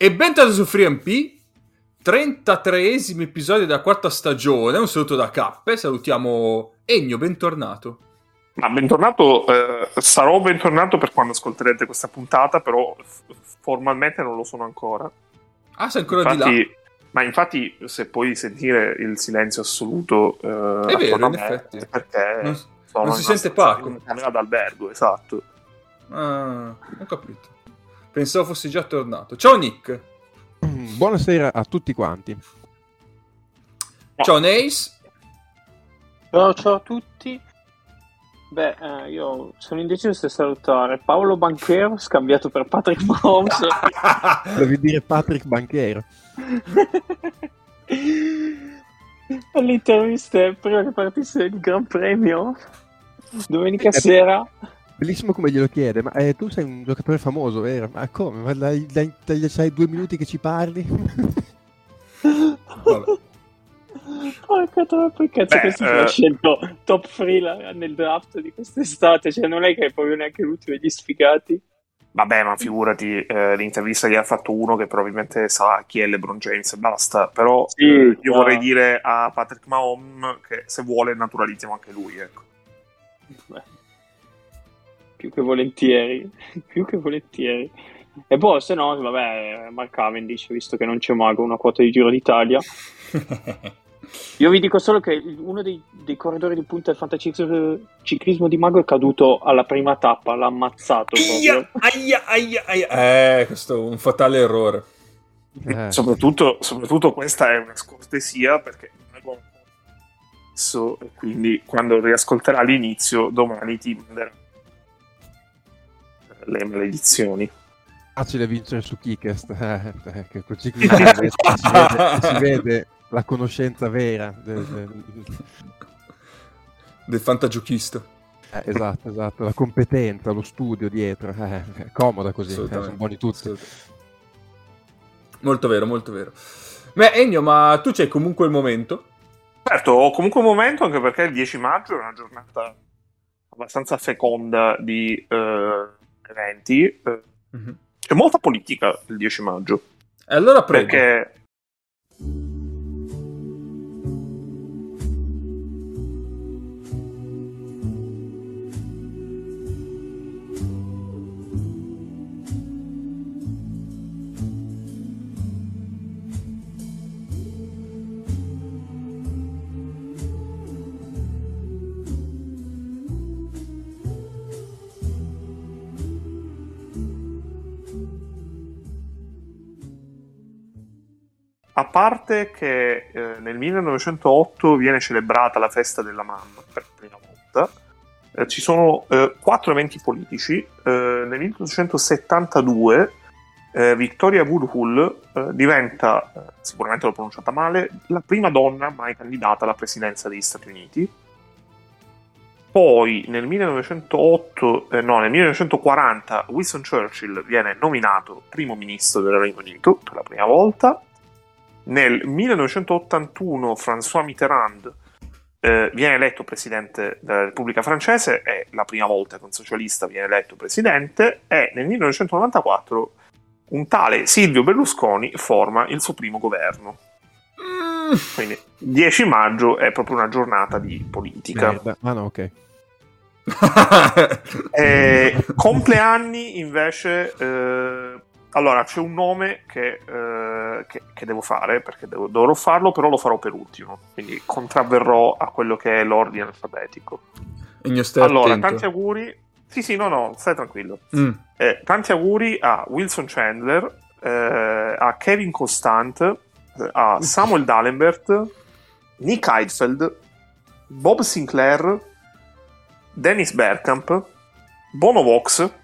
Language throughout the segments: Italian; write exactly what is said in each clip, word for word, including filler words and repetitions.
E bentornati su FreeMP, trentatreesimo episodio della quarta stagione. Un saluto da Cappe, salutiamo Ennio, bentornato. Ma bentornato, eh, sarò bentornato per quando ascolterete questa puntata, però f- formalmente non lo sono ancora. Ah, sei ancora infatti, di là? Ma infatti, se puoi sentire il silenzio assoluto, eh, è vero, in me, effetti. è perché non, sono non si sente Paco. In camera d'albergo, esatto. Ah, ho capito. Pensavo fossi già tornato. Ciao Nick. Buonasera a tutti quanti. No. Ciao Neis. Ciao, ciao a tutti. Beh, eh, io sono indeciso se salutare Paolo Banchero scambiato per Patrick Mahomes. Devi dire Patrick Banchero. Alle interviste prima che partisse il Gran Premio domenica sera. Bellissimo come glielo chiede, ma eh, tu sei un giocatore famoso, vero? Ma come? Ma dai, dai, dai, sai due minuti che ci parli? Vabbè. Porca troppo, cazzo, Beh, questo eh... ha scelto top free nel draft di quest'estate, cioè non è che è proprio neanche l'ultimo degli sfigati. Vabbè, ma figurati, eh, l'intervista gli ha fatto uno che probabilmente sa chi è LeBron James e basta, però Sì, eh, io no. vorrei dire a Patrick Mahomes che se vuole naturalizziamo anche lui, ecco. Beh, più che volentieri, più che volentieri. E poi se no, vabbè, Mark Cavendish, visto che non c'è mago, una quota di Giro d'Italia. Io vi dico solo che uno dei, dei corridori di punta del fantaciclismo di Mago è caduto alla prima tappa, l'ha ammazzato Aia, proprio. aia, aia, aia. Eh, questo è un fatale errore. Eh. Soprattutto, soprattutto questa è una scortesia perché non è adesso, e quindi quando riascolterà l'inizio domani ti manderà le maledizioni. Facile vincere su Kikest, eh, eh, che col ciclismo si, vede, si vede la conoscenza vera del, del... del fantagiochista. Eh, esatto, esatto, la competenza, lo studio dietro, eh, è comoda così, eh, sono buoni tutti. Molto vero, molto vero. Beh, Ennio, ma tu c'hai comunque il momento? Certo, ho comunque un momento, anche perché il dieci maggio è una giornata abbastanza feconda di eh, eventi. Eh, Mm-hmm. C'è molta politica il dieci maggio. E allora prego. Perché... A parte che eh, nel millenovecentootto viene celebrata la festa della mamma per la prima volta, eh, ci sono eh, quattro eventi politici. Eh, nel milleottocentosettantadue eh, Victoria Woodhull eh, diventa, eh, sicuramente l'ho pronunciata male, la prima donna mai candidata alla presidenza degli Stati Uniti. Poi nel millenovecentootto, eh, no, nel millenovecentoquaranta Winston Churchill viene nominato primo ministro del Regno Unito per la prima volta. Nel millenovecentottantuno François Mitterrand eh, viene eletto presidente della Repubblica Francese, è la prima volta che un socialista viene eletto presidente, e nel millenovecentonovantaquattro un tale Silvio Berlusconi forma il suo primo governo. Mm. Quindi dieci maggio è proprio una giornata di politica. Merda. Ah no, ok. eh, compleanni invece... Eh, Allora, c'è un nome che, eh, che, che devo fare, perché devo, dovrò farlo, però lo farò per ultimo, quindi contravverrò a quello che è l'ordine alfabetico. Ennio, stai allora, attento. tanti auguri. Sì, sì, no, no, stai tranquillo. Mm. Eh, tanti auguri a Wilson Chandler, eh, a Kevin Constant, eh, a Samuel Dalembert, Nick Heidfeld, Bob Sinclair, Dennis Bergkamp, Bono Vox,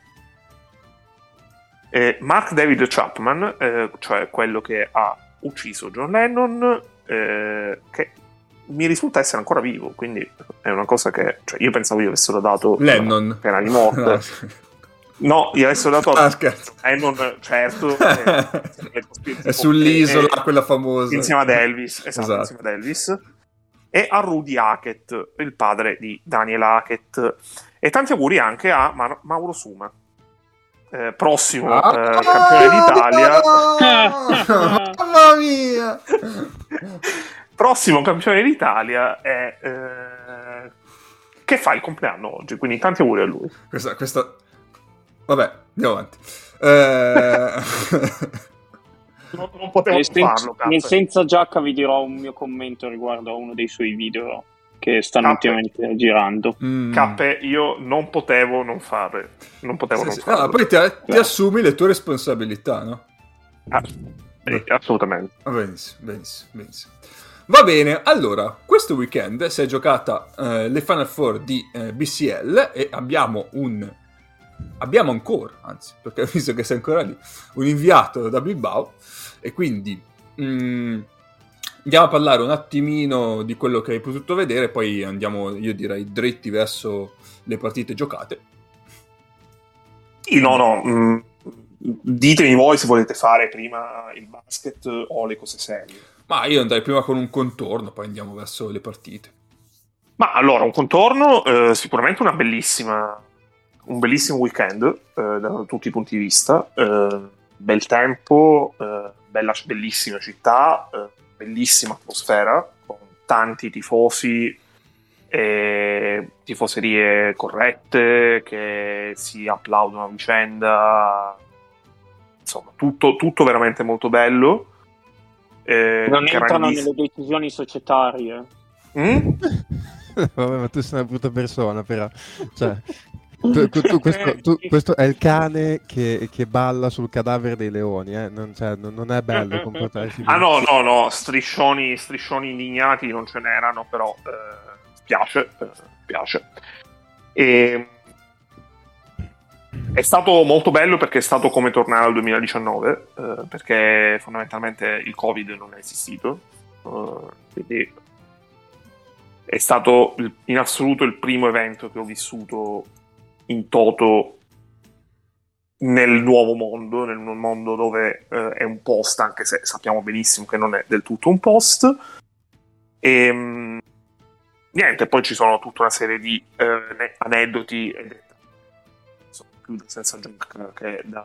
Eh, Mark David Chapman, eh, cioè quello che ha ucciso John Lennon, eh, che mi risulta essere ancora vivo, quindi è una cosa che, cioè, io pensavo gli avessero dato Lennon. la pena di morte. No, no, gli avessero dato ah, scherzo. Lennon, certo, eh, è sull'isola eh, quella famosa insieme ad Elvis, esatto, esatto. insieme ad Elvis, e a Rudy Hackett, il padre di Daniel Hackett. E tanti auguri anche a Mar- Mauro Suma. eh, prossimo eh, campione d'Italia. Mamma mia! Prossimo campione d'Italia è eh, che fa il compleanno oggi, quindi tanti auguri a lui. Questa, questa... Vabbè, andiamo avanti. Eh... non, non potevo nel farlo. Senza, cazzo. nel senza giacca vi dirò un mio commento riguardo a uno dei suoi video che stanno Cappe. ultimamente girando. Mm. Cappe, io non potevo non fare. Non potevo Sì, non sì. farlo. Ah, poi ti, ti assumi le tue responsabilità, no? Ah, sì, assolutamente. Benissimo, benissimo, benissimo. Va bene, allora, questo weekend si è giocata eh, le Final Four di eh, B C L e abbiamo un... Abbiamo ancora, anzi, perché visto che sei ancora lì, un inviato da Bilbao e quindi mm, andiamo a parlare un attimino di quello che hai potuto vedere, poi andiamo, io direi, dritti verso le partite giocate. Sì, no, no. Mh, ditemi voi se volete fare prima il basket o le cose serie. Ma io andrei prima con un contorno, poi andiamo verso le partite. Ma allora, un contorno, eh, sicuramente una bellissima, un bellissimo weekend eh, da tutti i punti di vista. Eh, bel tempo, eh, bella, bellissima città, eh, bellissima atmosfera, con tanti tifosi, e tifoserie corrette che si applaudono a vicenda. Insomma, tutto, tutto veramente molto bello. Eh, Non entrano grandissimo. nelle decisioni societarie. Mm? Vabbè, ma tu sei una brutta persona, però. Cioè, tu, tu- tu- questo, tu- questo è il cane che, che balla sul cadavere dei leoni, eh? Non, cioè, non, non è bello comportarsi Ah così. no, no, no, striscioni, striscioni indignati non ce n'erano, però eh, spiace, eh, spiace. E... È stato molto bello perché è stato come tornare al duemiladiciannove, eh, perché fondamentalmente il Covid non è esistito, eh, quindi è stato il- in assoluto il primo evento che ho vissuto in toto nel nuovo mondo, nel mondo dove eh, è un post, anche se sappiamo benissimo che non è del tutto un post. E mh, niente, poi ci sono tutta una serie di eh, ne- aneddoti e dettagli, insomma, più da senza giocare che da,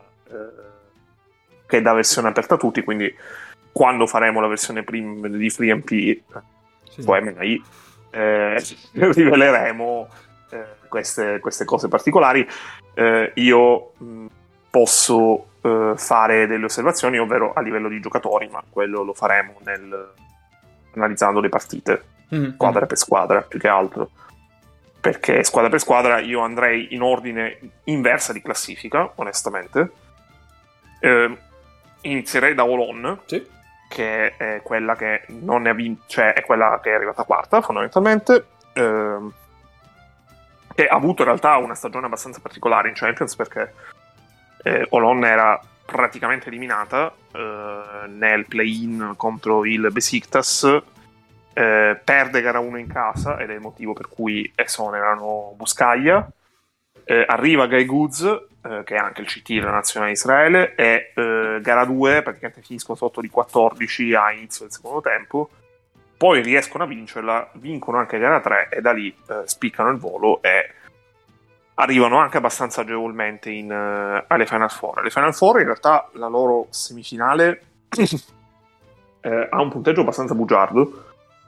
eh, che da versione aperta a tutti, quindi quando faremo la versione premium di FreeMP, Sì. poi mai eh, riveleremo eh, queste, queste cose particolari. Eh, io mh, posso eh, fare delle osservazioni, ovvero a livello di giocatori, ma quello lo faremo nel, analizzando le partite Mm, squadra per squadra, più che altro, perché squadra per squadra io andrei in ordine inversa di classifica, onestamente. Eh, inizierei da Olon, Sì. che è quella che non ne ha vinto, cioè è quella che è arrivata quarta fondamentalmente, ehm, che ha avuto in realtà una stagione abbastanza particolare in Champions, perché eh, Olon era praticamente eliminata eh, nel play-in contro il Besiktas, eh, perde gara uno in casa ed è il motivo per cui esonerano Buscaglia. Eh, arriva Guy Goods, eh, che è anche il C T della nazionale di Israele, e eh, gara due praticamente finiscono sotto di quattordici a inizio del secondo tempo, poi riescono a vincerla, vincono anche gara tre e da lì eh, spiccano il volo e arrivano anche abbastanza agevolmente in, eh, alle Final Four. Le Final Four in realtà la loro semifinale eh, ha un punteggio abbastanza bugiardo,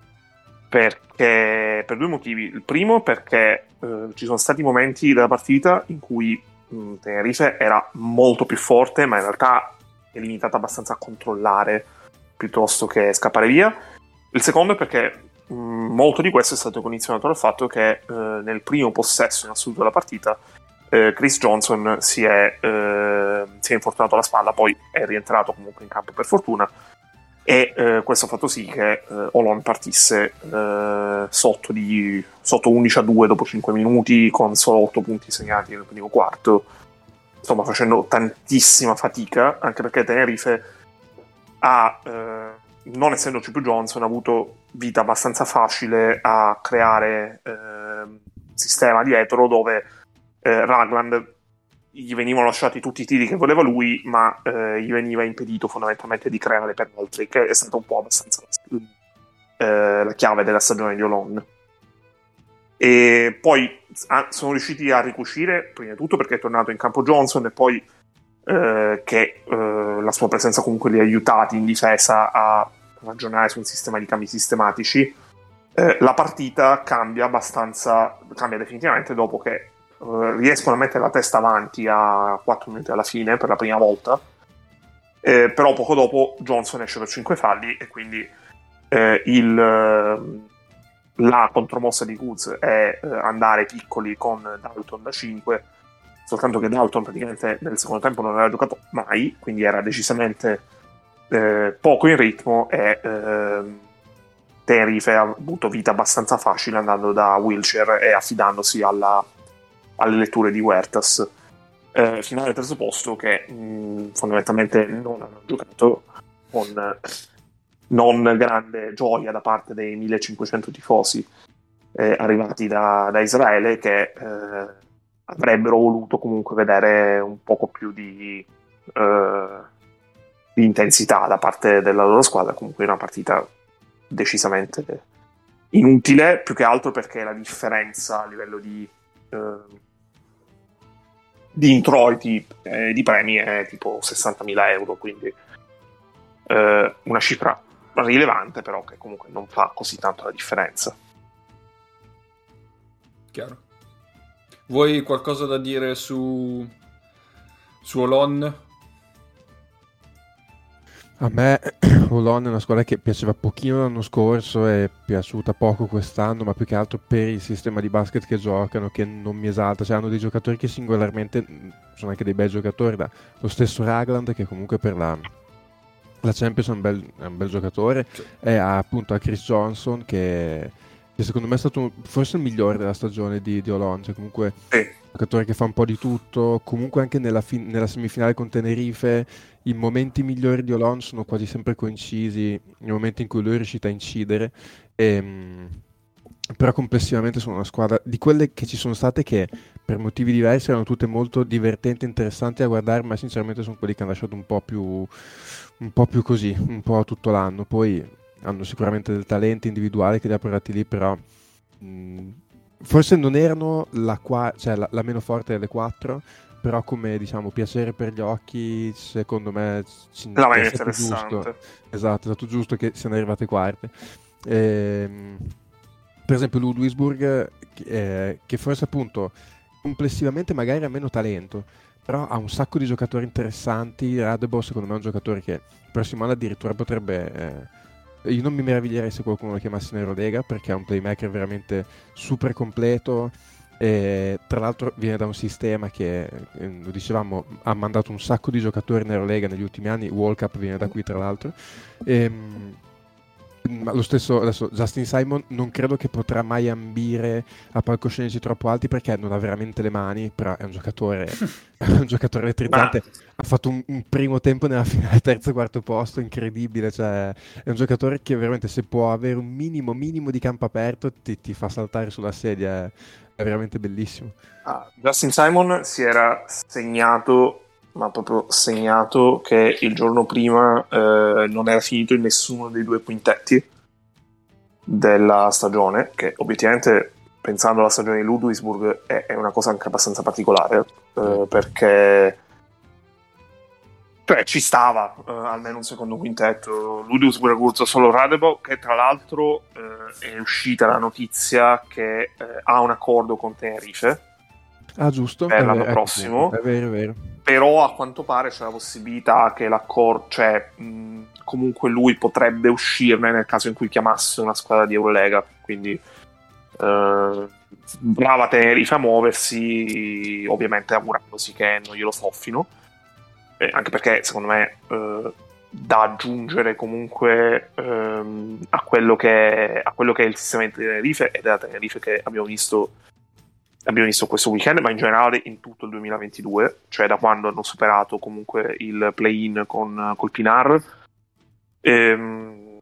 perché per due motivi. Il primo perché eh, ci sono stati momenti della partita in cui mh, Tenerife era molto più forte, ma in realtà è limitata abbastanza a controllare piuttosto che scappare via. Il secondo è perché mh, molto di questo è stato condizionato dal fatto che eh, nel primo possesso in assoluto della partita eh, Chris Johnson si è, eh, si è infortunato alla spalla, poi è rientrato comunque in campo per fortuna, e eh, questo ha fatto sì che eh, Olon partisse eh, sotto, di, sotto undici a due dopo cinque minuti, con solo otto punti segnati nel primo quarto, insomma facendo tantissima fatica, anche perché Tenerife ha, eh, non essendoci più Johnson, ha avuto vita abbastanza facile a creare eh, un sistema dietro dove eh, Ragland gli venivano lasciati tutti i tiri che voleva lui, ma eh, gli veniva impedito fondamentalmente di creare per altri, che è stato un po' abbastanza eh, la chiave della stagione di Olon. E poi ah, sono riusciti a ricucire, prima di tutto perché è tornato in campo Johnson, e poi eh, che eh, la sua presenza comunque li ha aiutati in difesa a ragionare su un sistema di cambi sistematici. Eh, la partita cambia abbastanza, cambia definitivamente dopo che eh, riescono a mettere la testa avanti a quattro minuti alla fine per la prima volta, eh, però poco dopo Johnson esce per cinque falli e quindi eh, il, la contromossa di Woods è eh, andare piccoli con Dalton da cinque, soltanto che Dalton praticamente nel secondo tempo non aveva giocato mai, quindi era decisamente eh, poco in ritmo e eh, Tenerife ha avuto vita abbastanza facile andando da Wilshere e affidandosi alla, alle letture di Huertas. Eh, finale terzo posto che mh, fondamentalmente non hanno giocato, con non grande gioia da parte dei millecinquecento tifosi eh, arrivati da, da Israele, che eh, avrebbero voluto comunque vedere un poco più di, eh, di intensità da parte della loro squadra. Comunque una partita decisamente inutile, più che altro perché la differenza a livello di eh, di introiti e eh, di premi è tipo sessantamila euro, quindi eh, una cifra rilevante, però che comunque non fa così tanto la differenza. Chiaro. Vuoi qualcosa da dire su su Olon? A me Olon è una squadra che piaceva pochino l'anno scorso e è piaciuta poco quest'anno, ma più che altro per il sistema di basket che giocano, che non mi esalta. Cioè, hanno dei giocatori che singolarmente sono anche dei bei giocatori, da lo stesso Ragland, che comunque per la, la Champions è un bel, è un bel giocatore, sì. E ha appunto a Chris Johnson che, che secondo me è stato forse il migliore della stagione di, di Olon, cioè comunque sì. Giocatore che fa un po' di tutto, comunque anche nella, fin- nella semifinale con Tenerife i momenti migliori di Olon sono quasi sempre coincisi, nei momenti in cui lui è riuscito a incidere, e, mh, però complessivamente sono una squadra di quelle che ci sono state che per motivi diversi erano tutte molto divertenti e interessanti a guardare, ma sinceramente sono quelli che hanno lasciato un po' più, un po' più così, un po' tutto l'anno. Poi hanno sicuramente del talento individuale che li ha portati lì, però mh, forse non erano la, qua- cioè la, la meno forte delle quattro, però come diciamo piacere per gli occhi secondo me c- La è meno stato interessante. giusto, esatto, è stato giusto che siano arrivate quarte. Ehm, per esempio Ludwigsburg eh, che forse appunto complessivamente magari ha meno talento, però ha un sacco di giocatori interessanti. Radebo secondo me è un giocatore che il prossimo anno addirittura potrebbe eh, io non mi meraviglierei se qualcuno lo chiamasse in Eurolega, perché è un playmaker veramente super completo e tra l'altro viene da un sistema che eh, lo dicevamo ha mandato un sacco di giocatori in Eurolega negli ultimi anni. World Cup viene da qui tra l'altro. Ehm, ma lo stesso adesso Justin Simon non credo che potrà mai ambire a palcoscenici troppo alti, perché non ha veramente le mani, però è un giocatore è un giocatore elettrizzante. Ma... ha fatto un, un primo tempo nella finale terzo e quarto posto incredibile, cioè è un giocatore che veramente se può avere un minimo minimo di campo aperto ti, ti fa saltare sulla sedia, è, è veramente bellissimo. ah, Justin Simon si era segnato ma proprio segnato che il giorno prima eh, non era finito in nessuno dei due quintetti della stagione, che obiettivamente pensando alla stagione di Ludwigsburg è, è una cosa anche abbastanza particolare, eh, perché cioè ci stava eh, almeno un secondo quintetto. Ludwigsburg ha avuto solo Radebo, che tra l'altro eh, è uscita la notizia che eh, ha un accordo con Tenerife. Ah, giusto, per è l'anno vero, prossimo, è vero, è vero. Però a quanto pare c'è la possibilità che l'accordo, cioè mh, comunque lui potrebbe uscirne nel caso in cui chiamasse una squadra di Eurolega, quindi eh, brava Tenerife a muoversi, ovviamente augurandosi che non glielo soffino, eh, anche perché secondo me eh, da aggiungere comunque ehm, a quello che a quello che è il sistema di Tenerife, ed è la Tenerife che abbiamo visto abbiamo visto questo weekend, ma in generale in tutto il duemilaventidue, cioè da quando hanno superato comunque il play-in con col Pinar. Ehm,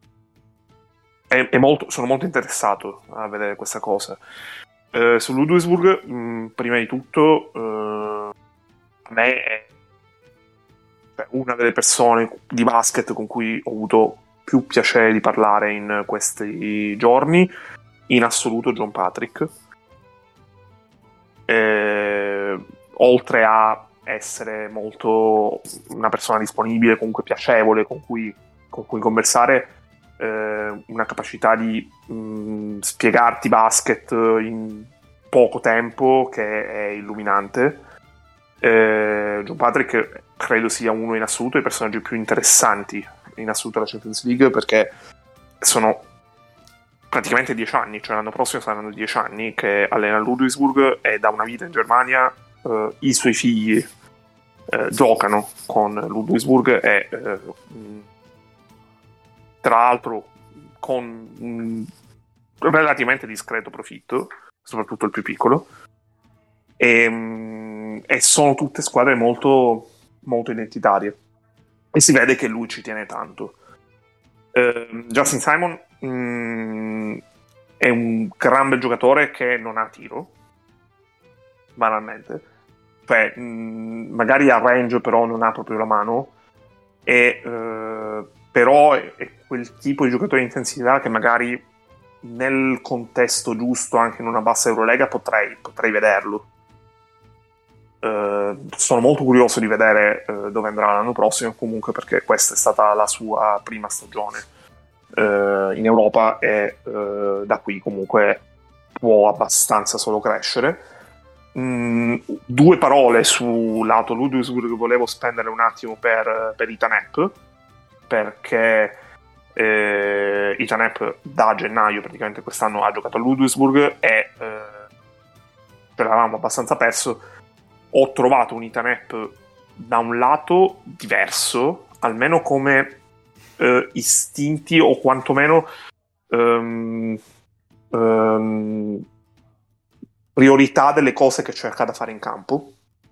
è, è molto, sono molto interessato a vedere questa cosa. Eh, su Ludwigsburg, mh, prima di tutto, eh, a me è cioè, una delle persone di basket con cui ho avuto più piacere di parlare in questi giorni, in assoluto John Patrick. Eh, oltre a essere molto una persona disponibile, comunque piacevole, con cui, con cui conversare, eh, una capacità di mh, spiegarti basket in poco tempo che è illuminante. eh, John Patrick credo sia uno in assoluto dei personaggi più interessanti in assoluto della Champions League, perché sono praticamente dieci anni, cioè l'anno prossimo saranno dieci anni che allena Ludwigsburg e da una vita in Germania. Uh, i suoi figli uh, giocano con Ludwigsburg e uh, mh, tra l'altro con un relativamente discreto profitto, soprattutto il più piccolo, e, mh, e sono tutte squadre molto, molto identitarie e si vede che lui ci tiene tanto. uh, Justin Simon mh, è un gran bel giocatore che non ha tiro, banalmente. Cioè, mh, magari ha range, però non ha proprio la mano, e, eh, però è, è quel tipo di giocatore di intensità che magari nel contesto giusto, anche in una bassa Eurolega, potrei, potrei vederlo. Eh, sono molto curioso di vedere eh, dove andrà l'anno prossimo, comunque, perché questa è stata la sua prima stagione eh, in Europa e eh, da qui comunque può abbastanza solo crescere. Mm, due parole sul lato Ludwigsburg che volevo spendere un attimo per, per Ethan Happ, perché eh, Ethan Happ da gennaio praticamente quest'anno ha giocato a Ludwigsburg e eh, ce l'avevamo abbastanza perso. Ho trovato un Ethan Happ da un lato diverso, almeno come eh, istinti o quantomeno um, um, priorità delle cose che cerca da fare in campo.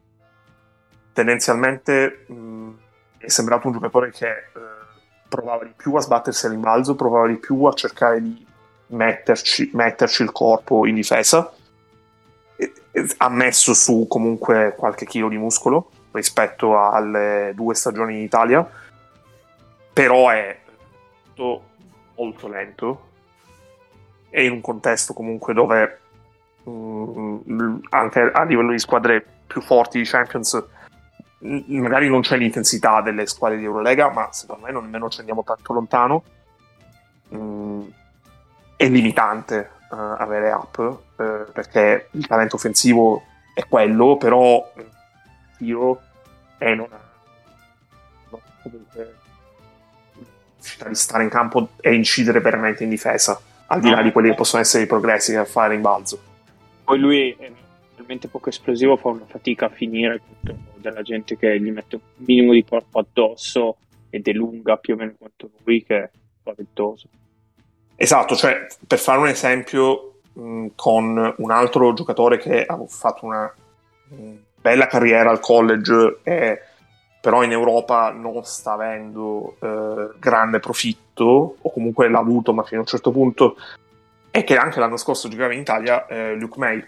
Tendenzialmente mh, è sembrato un giocatore che eh, provava di più a sbattersi all'inbalzo, provava di più a cercare di metterci, metterci il corpo in difesa. E, e, ha messo su comunque qualche chilo di muscolo rispetto alle due stagioni in Italia, però è molto, molto lento, e in un contesto comunque dove anche a livello di squadre più forti di Champions magari non c'è l'intensità delle squadre di Eurolega, ma secondo me non nemmeno ci andiamo tanto lontano. Mm, è limitante uh, avere Happ uh, perché il talento offensivo è quello, però il tiro è non ha non comunque capacità di stare in campo e incidere veramente in difesa, al di là di quelli che possono essere i progressi che fa in rimbalzo. Poi lui è talmente poco esplosivo, fa una fatica a finire contro della gente che gli mette un minimo di corpo addosso ed è lunga più o meno quanto lui, che è spaventoso. Esatto, cioè per fare un esempio mh, con un altro giocatore che ha fatto una mh, bella carriera al college e però in Europa non sta avendo eh, grande profitto, o comunque l'ha avuto ma fino a un certo punto, e che anche l'anno scorso giocava in Italia, eh, Luke May.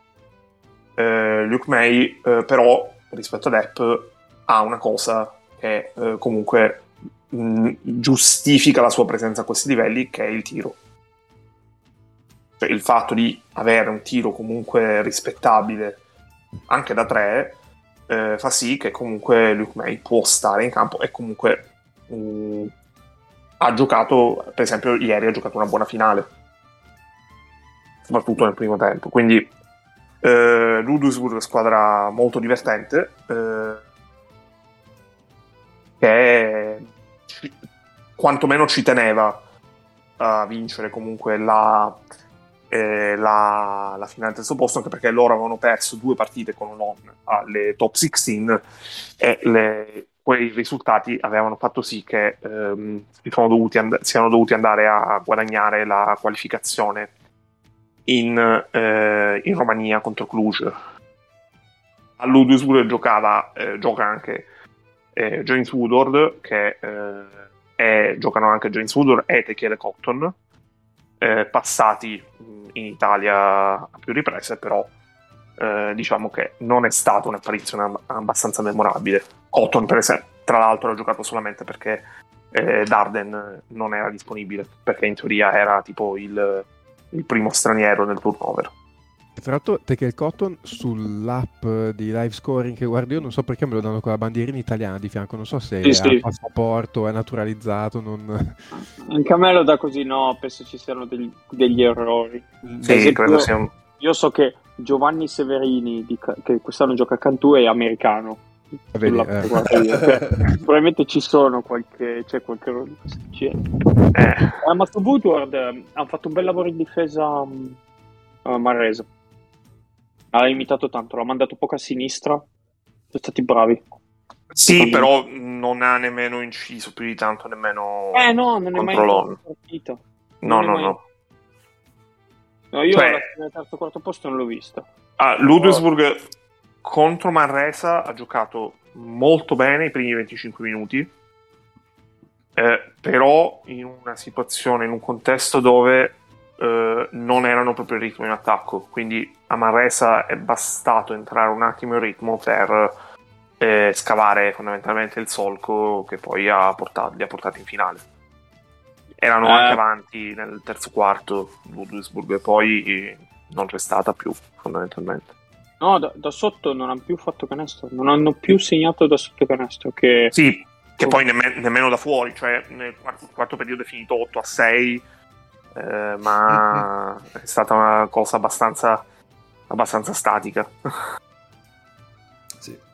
Eh, Luke May eh, però rispetto ad Happ ha una cosa che eh, comunque mh, giustifica la sua presenza a questi livelli, che è il tiro. Cioè il fatto di avere un tiro comunque rispettabile anche da tre eh, fa sì che comunque Luke May può stare in campo, e comunque mh, ha giocato, per esempio ieri ha giocato una buona finale, soprattutto nel primo tempo. Quindi eh, Ludwigsburg è una squadra molto divertente eh, che ci, quantomeno ci teneva a vincere comunque la, eh, la, la finale del terzo posto, anche perché loro avevano perso due partite con l'On alle top sedici e le, quei risultati avevano fatto sì che ehm, si sono dovuti and- siano dovuti andare a guadagnare la qualificazione in, eh, in Romania contro Cluj. A Ludwigsburg giocava eh, gioca anche eh, James Woodward, che eh, è, giocano anche James Woodward e Techiere Cotton, eh, passati in Italia a più riprese, però eh, diciamo che non è stata un'apparizione ab- abbastanza memorabile. Cotton, per esempio, tra l'altro ha giocato solamente perché eh, Darden non era disponibile, perché in teoria era tipo il il primo straniero nel turnover. Tra l'altro Tackle Cotton sull'app di live scoring che guardo io, non so perché me lo danno con la bandierina italiana di fianco, non so se Sì, è sì. a passaporto, è naturalizzato, non... Anche a me lo dà così, no, penso ci siano degli, degli errori. Sì, Per esempio, credo sia un... io so che Giovanni Severini, di Ca- che quest'anno gioca a Cantù, è americano. Vedi, Sulla- eh. guarda io, cioè, probabilmente ci sono qualche, c'è qualche errore di questo genere. Eh, Eh, ma su Woodward eh, hanno fatto un bel lavoro in difesa um, a Marresa. Ha imitato tanto, l'ha mandato poco a sinistra. Sono stati bravi. sì, Secondo però non ha nemmeno inciso più di tanto, nemmeno Eh no, non è mai contro entrato l'O N. in partita. No, Non è no, mai- no. No, io Cioè- alla fine del terzo quarto posto non l'ho vista. Ah, Ludwigsburg contro Manresa ha giocato molto bene i primi venticinque minuti, eh, però in una situazione, in un contesto dove eh, non erano proprio in ritmo in attacco, quindi a Manresa è bastato entrare un attimo in ritmo per eh, scavare fondamentalmente il solco che poi ha portato, li ha portati in finale. Erano Eh. anche avanti nel terzo quarto Ludwigsburg e poi eh, non c'è stata più fondamentalmente. No, da, da sotto non hanno più fatto canestro. Non hanno più segnato da sotto canestro. Che... Sì, che poi nemme- nemmeno da fuori, cioè nel quarto, quarto periodo è finito otto a sei, eh, ma è stata una cosa abbastanza, abbastanza statica. Sì.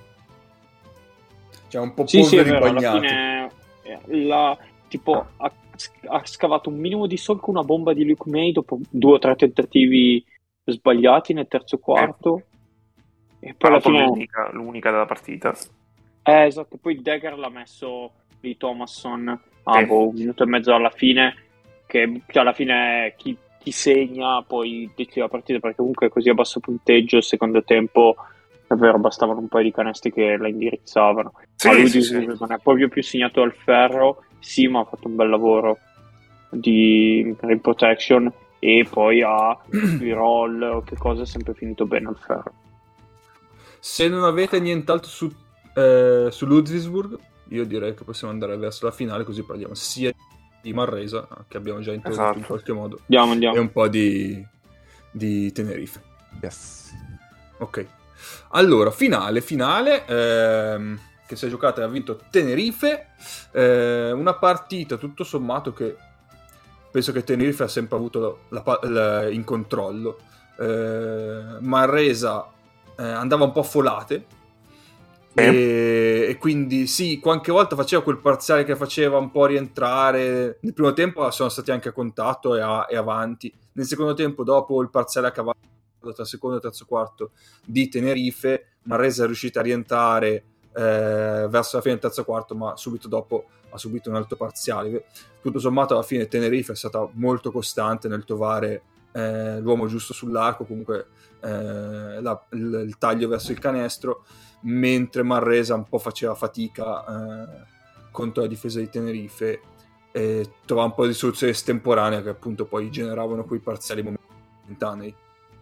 Cioè un po' Sì, sì, è polvere vero. Alla bagnato. fine, eh, la, tipo, ha, ha scavato un minimo di solco una bomba di Luke May dopo due o tre tentativi sbagliati nel terzo quarto. E poi Tra alla l'altro fine. l'unica, l'unica della partita. Eh, esatto, poi Dagger l'ha messo di Thomasson a Sì. boh, un minuto e mezzo alla fine, che cioè, alla fine chi, chi segna poi decide la partita, perché comunque così a basso punteggio il secondo tempo davvero bastavano un paio di canestri che la indirizzavano. Sì, Ma lui sì, di- sì. non è proprio più segnato al ferro, sì, ma ha fatto un bel lavoro di rim protection e poi ha i roll o che cosa è sempre finito bene al ferro. Se non avete nient'altro su, eh, su Ludwigsburg, io direi che possiamo andare verso la finale, così parliamo sia di Manresa, che abbiamo già introdotto Esatto. in qualche modo, Andiamo, andiamo. e un po' di, di Tenerife. Yes. Ok. Allora, finale, finale, ehm, che si è giocata e ha vinto Tenerife, eh, una partita tutto sommato che penso che Tenerife ha sempre avuto la, pa- la- in controllo. Eh, Manresa eh, andava un po' a folate, Sì. e, e quindi sì, qualche volta faceva quel parziale che faceva un po' rientrare. Nel primo tempo sono stati anche a contatto e, a- e avanti. Nel secondo tempo, dopo il parziale a cavallo tra secondo e terzo quarto di Tenerife, Manresa è riuscita a rientrare eh, verso la fine del terzo quarto, ma subito dopo ha subito un altro parziale. Tutto sommato alla fine Tenerife è stata molto costante nel trovare eh, l'uomo giusto sull'arco, comunque eh, la, il, il taglio verso il canestro, mentre Manresa un po' faceva fatica eh, contro la difesa di Tenerife e trovava un po' di soluzioni estemporanee che appunto poi generavano quei parziali momentanei.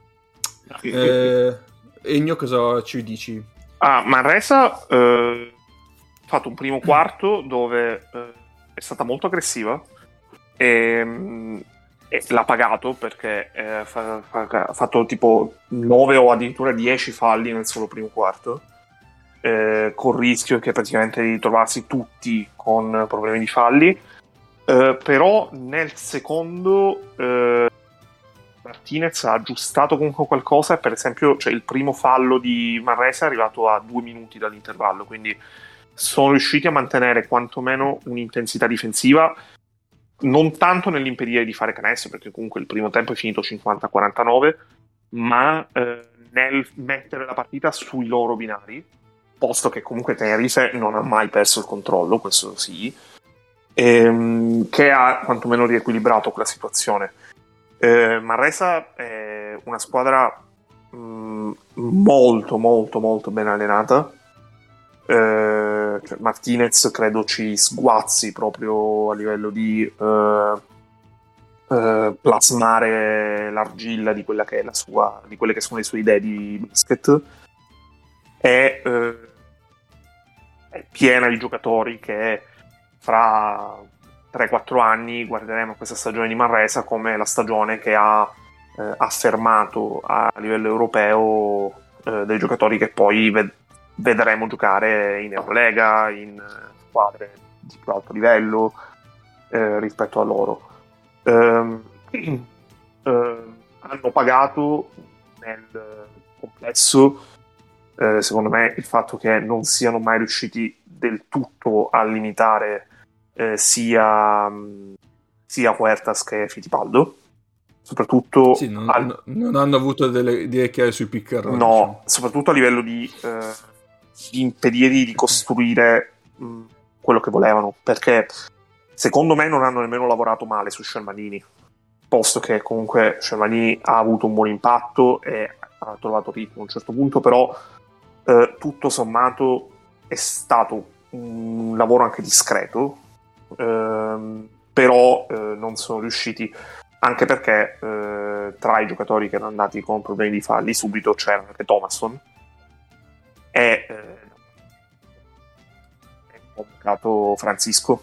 Eh, Ennio, cosa ci dici? Ah, Manresa eh, ha fatto un primo quarto dove eh, è stata molto aggressiva e, mh, e l'ha pagato perché eh, fa- fa- ha fatto tipo nove o addirittura dieci falli nel solo primo quarto, eh, col rischio che praticamente di trovarsi tutti con problemi di falli. Eh, però nel secondo eh, Martinez ha aggiustato comunque qualcosa, per esempio cioè, il primo fallo di Manresa è arrivato a due minuti dall'intervallo, quindi sono riusciti a mantenere quantomeno un'intensità difensiva, non tanto nell'impedire di fare canestro, perché comunque il primo tempo è finito cinquanta a quarantanove, ma eh, nel mettere la partita sui loro binari, posto che comunque Tenerife non ha mai perso il controllo, questo sì, ehm, che ha quantomeno riequilibrato quella situazione. Eh, Manresa è una squadra mh, molto molto molto ben allenata. Eh, cioè Martinez credo ci sguazzi proprio a livello di eh, eh, plasmare l'argilla di quella che è la sua, di quelle che sono le sue idee di basket. È, eh, è piena di giocatori che fra tre quattro anni guarderemo questa stagione di Manresa come la stagione che ha eh, affermato a livello europeo eh, dei giocatori che poi ved- vedremo giocare in Eurolega, in squadre di più alto livello eh, rispetto a loro. Ehm, eh, hanno pagato nel complesso, eh, secondo me, il fatto che non siano mai riusciti del tutto a limitare eh, sia, sia Huertas che Fittipaldo, soprattutto sì, non, al... non hanno avuto delle idee chiare sui pick and roll, no, diciamo. soprattutto a livello di, eh, di impedirgli di costruire mh, quello che volevano, perché secondo me non hanno nemmeno lavorato male su Shermanini, posto che comunque Shermanini ha avuto un buon impatto e ha trovato ritmo a un certo punto, però eh, tutto sommato è stato un lavoro anche discreto, ehm, però eh, non sono riusciti, anche perché eh, tra i giocatori che erano andati con problemi di falli subito c'era anche Thomasson e eh, è convocato Francisco.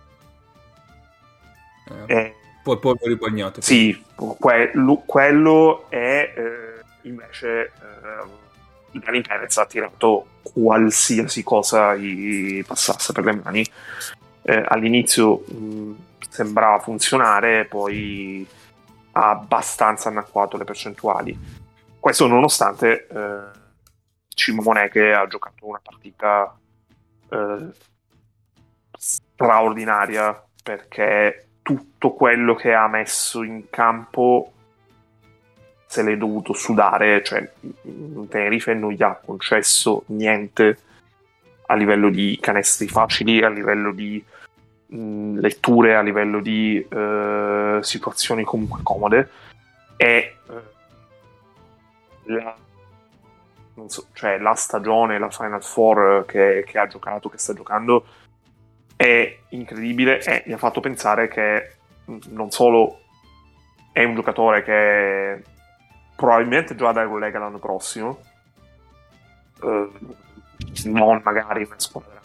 Eh, e, poi polveri bagnate. sì, quello, quello è eh, invece eh, Dani Perez ha tirato qualsiasi cosa gli passasse per le mani. Eh, all'inizio mh, sembrava funzionare, poi ha abbastanza annacquato le percentuali. Questo nonostante eh, Cimo Moneche ha giocato una partita eh, straordinaria, perché tutto quello che ha messo in campo se l'è dovuto sudare, cioè Tenerife non gli ha concesso niente a livello di canestri facili, a livello di mh, letture, a livello di uh, situazioni comunque comode, e uh, la, non so, cioè, la stagione, la Final Four che, che ha giocato, che sta giocando, è incredibile e mi ha fatto pensare che non solo è un giocatore che probabilmente gioca da Eurolega l'anno prossimo, eh, non magari una squadra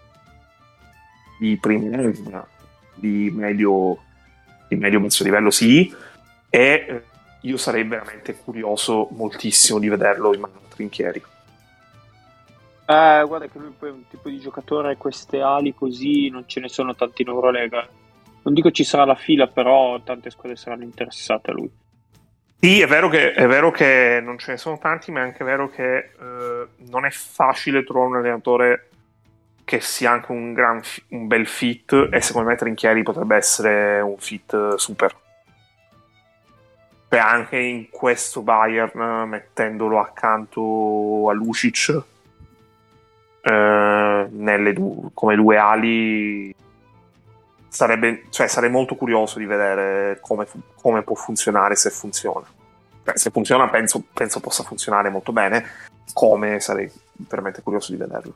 di prima, ma di medio di medio basso livello sì, e eh, io sarei veramente curioso moltissimo di vederlo in mano a Trinchieri. Eh, guarda che lui poi è un tipo di giocatore, queste ali così non ce ne sono tanti in Eurolega. Non dico ci sarà la fila, però tante squadre saranno interessate a lui. Sì, è vero che, è vero che non ce ne sono tanti, ma è anche vero che eh, non è facile trovare un allenatore che sia anche un, gran, un bel fit, e secondo me Trinchieri potrebbe essere un fit super. Cioè anche in questo Bayern, mettendolo accanto a Lucic, eh, nelle du- come due ali, sarebbe, cioè sarei molto curioso di vedere come, fu- come può funzionare, se funziona. Beh, se funziona penso, penso possa funzionare molto bene, come sarei veramente curioso di vederlo.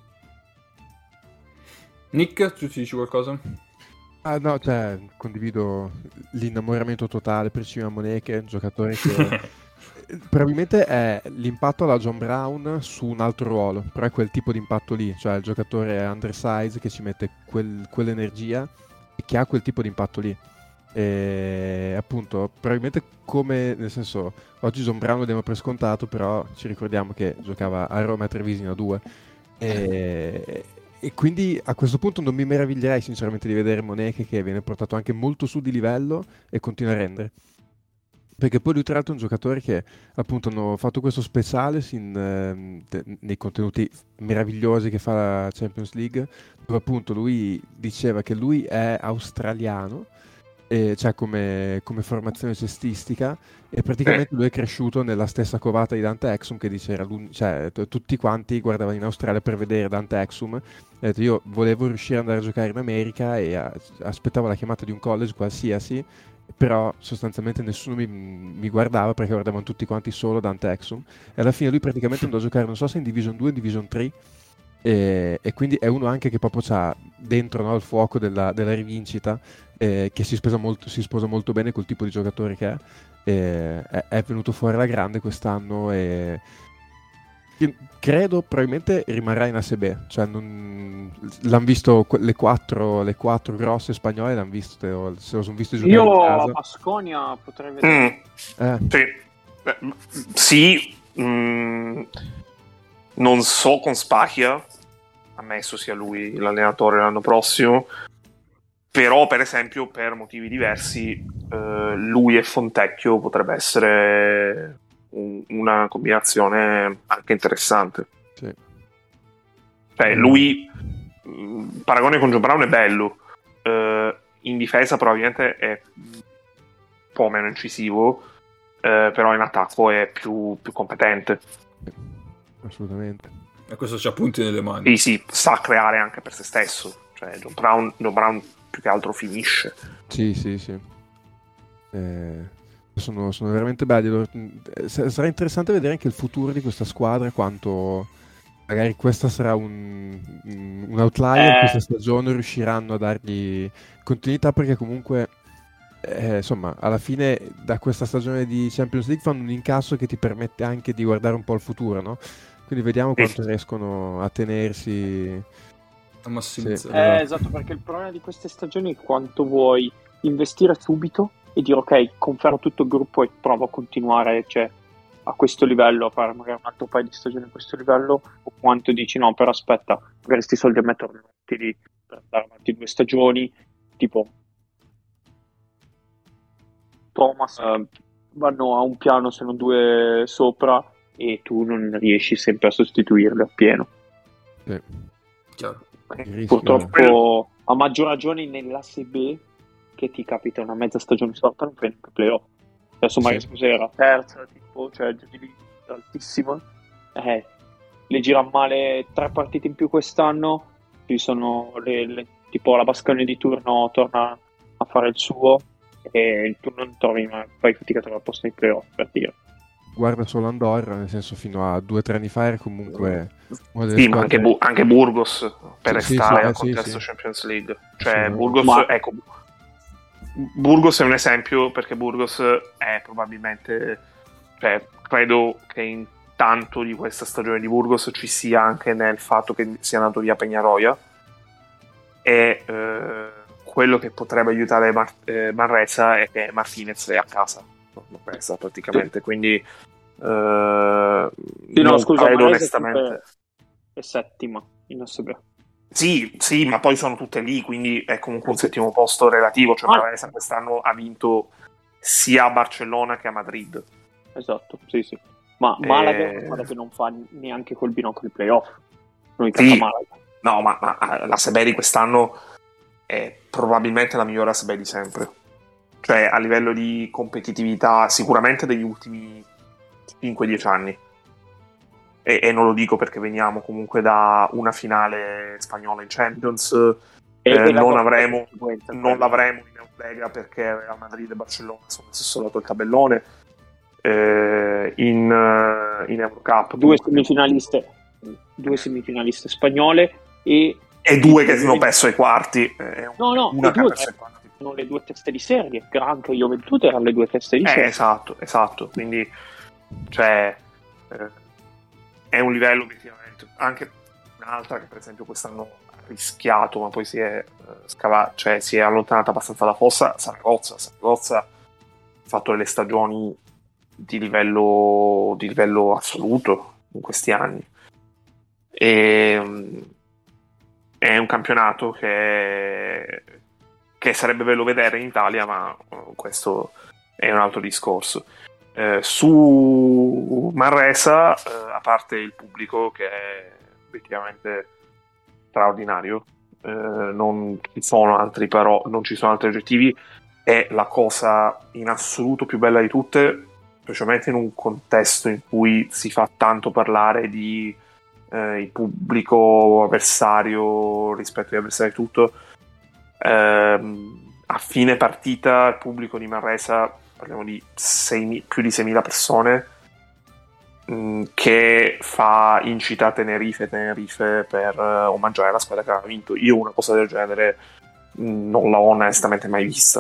Nick, tu ci dici qualcosa? Ah no, cioè, condivido l'innamoramento totale per Cimo Moneche, un giocatore che probabilmente è l'impatto alla John Brown su un altro ruolo, però è quel tipo di impatto lì, cioè il giocatore undersize che ci mette quel, quell'energia e che ha quel tipo di impatto lì. E appunto, probabilmente come, nel senso, oggi John Brown lo diamo per scontato, però ci ricordiamo che giocava a Roma e a Treviso a due. E... E quindi a questo punto non mi meraviglierei sinceramente di vedere Moneche che viene portato anche molto su di livello e continua a rendere. Perché poi lui tra l'altro è un giocatore che appunto hanno fatto questo speciale in, eh, de- nei contenuti meravigliosi che fa la Champions League, dove appunto lui diceva che lui è australiano, e, cioè come, come formazione cestistica, e praticamente lui è cresciuto nella stessa covata di Dante Exum, che dice era l'un- cioè t- tutti quanti guardavano in Australia per vedere Dante Exum. E detto, io volevo riuscire ad andare a giocare in America e a- aspettavo la chiamata di un college qualsiasi, però sostanzialmente nessuno mi, mi guardava perché guardavano tutti quanti solo Dante Exum, e alla fine lui praticamente andò a giocare, non so se in Division due o in Division tre, e, e quindi è uno anche che proprio c'ha dentro, no, il fuoco della, della rivincita, eh, che si sposa, molto, si sposa molto bene col tipo di giocatore che è, e, è, è venuto fuori alla grande quest'anno, e credo probabilmente rimarrà in A S B, cioè non... l'hanno visto le quattro, le quattro grosse spagnole, l'hanno visto, se lo sono visto giocare Io in casa. a Baskonia potrei vedere. Mm. Eh. Sì, eh, sì mm, non so con Spachia, ammesso sia lui l'allenatore l'anno prossimo, però per esempio per motivi diversi eh, lui e Fontecchio potrebbe essere un, una combinazione anche interessante. Sì. Cioè lui, mh, paragone con Joe Brown è bello, eh, in difesa probabilmente è un po' meno incisivo, eh, però in attacco è più, più competente. Assolutamente. E questo c'ha punti nelle mani. Sì, sì, sa creare anche per se stesso. Cioè Joe Brown, Joe Brown più che altro finisce. Sì, sì, sì. Eh, sono, sono veramente belli. Sarà interessante vedere anche il futuro di questa squadra, quanto magari questa sarà un, un outlier Eh. questa stagione, riusciranno a dargli continuità, perché comunque eh, insomma alla fine da questa stagione di Champions League fanno un incasso che ti permette anche di guardare un po' il futuro, no? Quindi vediamo quanto Sì. riescono a tenersi A massimizzare. Sì. Eh, esatto, perché il problema di queste stagioni è quanto vuoi investire subito e dire ok, confermo tutto il gruppo e provo a continuare, cioè, a questo livello, a fare magari un altro paio di stagioni a questo livello, o quanto dici no, però aspetta, magari questi soldi a metterli utili per andare avanti due stagioni, tipo Thomas, eh, vanno a un piano se non due sopra e tu non riesci sempre a sostituirli appieno. Sì. Chiaro. rischio- Purtroppo a maggior ragione nell'A S B che ti capita una mezza stagione storta non prendi più playoff. Adesso magari Sì. scusa era terza, tipo, cioè giù di lì altissima. Eh, le gira male tre partite in più quest'anno, ci sono le, le- tipo la Baskonia di turno torna a fare il suo e tu non trovi, ma fai fatica a trovare posto nei playoff, per dire. Guarda solo Andorra, nel senso fino a due o tre anni fa era comunque una delle Sì, ma anche, squadre- Bu- anche Burgos per Sì, sì, restare sì, al eh, sì, contesto sì. Champions League. Cioè, Sì, Burgos, ma- ecco, Burgos è un esempio perché Burgos è probabilmente, cioè, credo che in tanto di questa stagione di Burgos ci sia anche nel fatto che sia andato via Peñarroya e eh, quello che potrebbe aiutare Mar- eh, Manresa è che Martinez è a casa, non resta praticamente, quindi eh, Sì, no, non scusa, credo Manresa onestamente. è settima in A S B. Sì, sì, ma poi sono tutte lì, quindi è comunque un settimo posto relativo. Cioè, Ah. Manresa quest'anno ha vinto sia a Barcellona che a Madrid. Esatto, sì, sì. Ma Eh, Malaga è una squadra che non fa neanche col binocolo i playoff. L'unica Sì. Malaga. No, ma, ma la Seberi quest'anno è probabilmente la migliore A S B di sempre. Cioè, a livello di competitività, sicuramente degli ultimi cinque dieci anni. E, e non lo dico perché veniamo comunque da una finale spagnola in Champions. E- Eh, e la non cosa avremo, conseguenza, non quella. l'avremo in Eurolega perché Real Madrid e Barcellona sono allo stesso lato del tabellone. Eh, in, eh, in Eurocup Due comunque- semifinaliste, due semifinaliste spagnole e e due che sono perso ai quarti. eh, No, no, una e che ha due perso ai quarti. sono le due teste di serie. Granca e Juventud erano le due teste di Eh, serie. esatto, esatto. Quindi, cioè, eh, è un livello obiettivamente. Anche un'altra che, per esempio, quest'anno ha rischiato, ma poi si è eh, scava- cioè si è allontanata abbastanza dalla fossa. Saragozza. Saragozza ha fatto delle stagioni di livello, di livello assoluto in questi anni. E, mm, è un campionato che, che sarebbe bello vedere in Italia, ma uh, questo è un altro discorso. Eh, su Manresa, eh, a parte il pubblico che è obiettivamente straordinario, eh, non ci sono altri però, non ci sono altri aggettivi, è la cosa in assoluto più bella di tutte, specialmente in un contesto in cui si fa tanto parlare di eh, il pubblico avversario rispetto agli avversari e tutto. Ehm, a fine partita il pubblico di Manresa, parliamo di sei, più di seimila persone, mh, che fa incita Tenerife Tenerife per uh, omaggiare la squadra che ha vinto. Io una cosa del genere mh, non l'ho onestamente mai vista.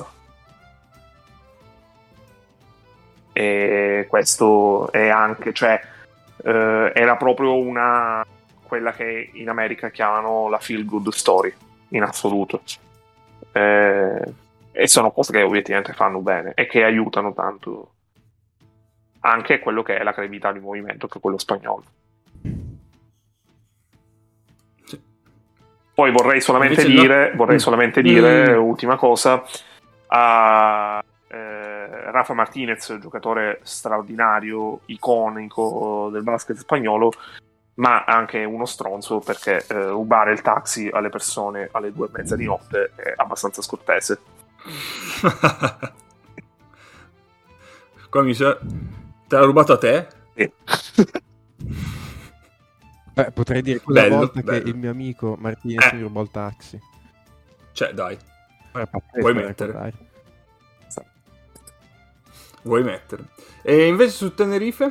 E questo è anche, cioè, eh, era proprio una quella che in America chiamano la feel good story in assoluto, eh, e sono cose che obiettivamente fanno bene e che aiutano tanto anche quello che è la credibilità di movimento, che è quello spagnolo. Sì. Poi vorrei solamente Invece dire no... vorrei mm. solamente dire mm. ultima cosa a eh, Rafa Martinez, giocatore straordinario, iconico del basket spagnolo, ma anche uno stronzo, perché eh, rubare il taxi alle persone alle due e mezza di notte è abbastanza scortese. Qua mi sa... te l'ha rubato a te? Sì. Beh, potrei dire quella Bello, volta bello. che il mio amico Martinez Eh. mi rubò il taxi. Cioè, dai. È pazzesco Vuoi da mettere? raccontare. Vuoi mettere. E invece su Tenerife?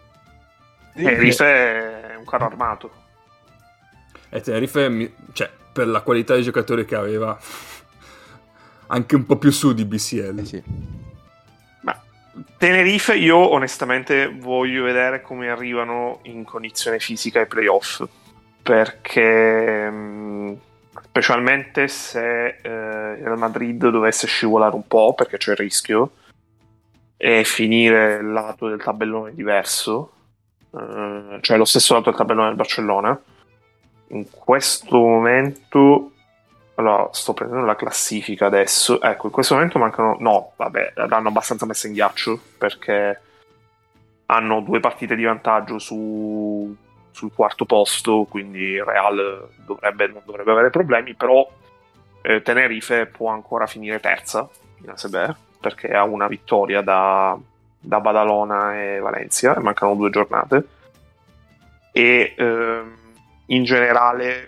Tenerife è un carro armato. E Tenerife, mi... cioè, per la qualità dei giocatori che aveva, anche un po' più su di B C L. Eh sì. Ma Tenerife io onestamente voglio vedere come arrivano in condizione fisica ai playoff, perché mh, specialmente se eh, il Real Madrid dovesse scivolare un po', perché c'è il rischio, e finire il lato del tabellone diverso, eh, cioè lo stesso lato del tabellone del Barcellona. In questo momento, allora sto prendendo la classifica adesso, ecco, in questo momento mancano, no, vabbè, l'hanno abbastanza messa in ghiaccio, perché hanno due partite di vantaggio su, sul quarto posto, quindi il Real dovrebbe, non dovrebbe avere problemi, però eh, Tenerife può ancora finire terza in A S B, perché ha una vittoria da, da Badalona e Valencia, e mancano due giornate, e ehm, in generale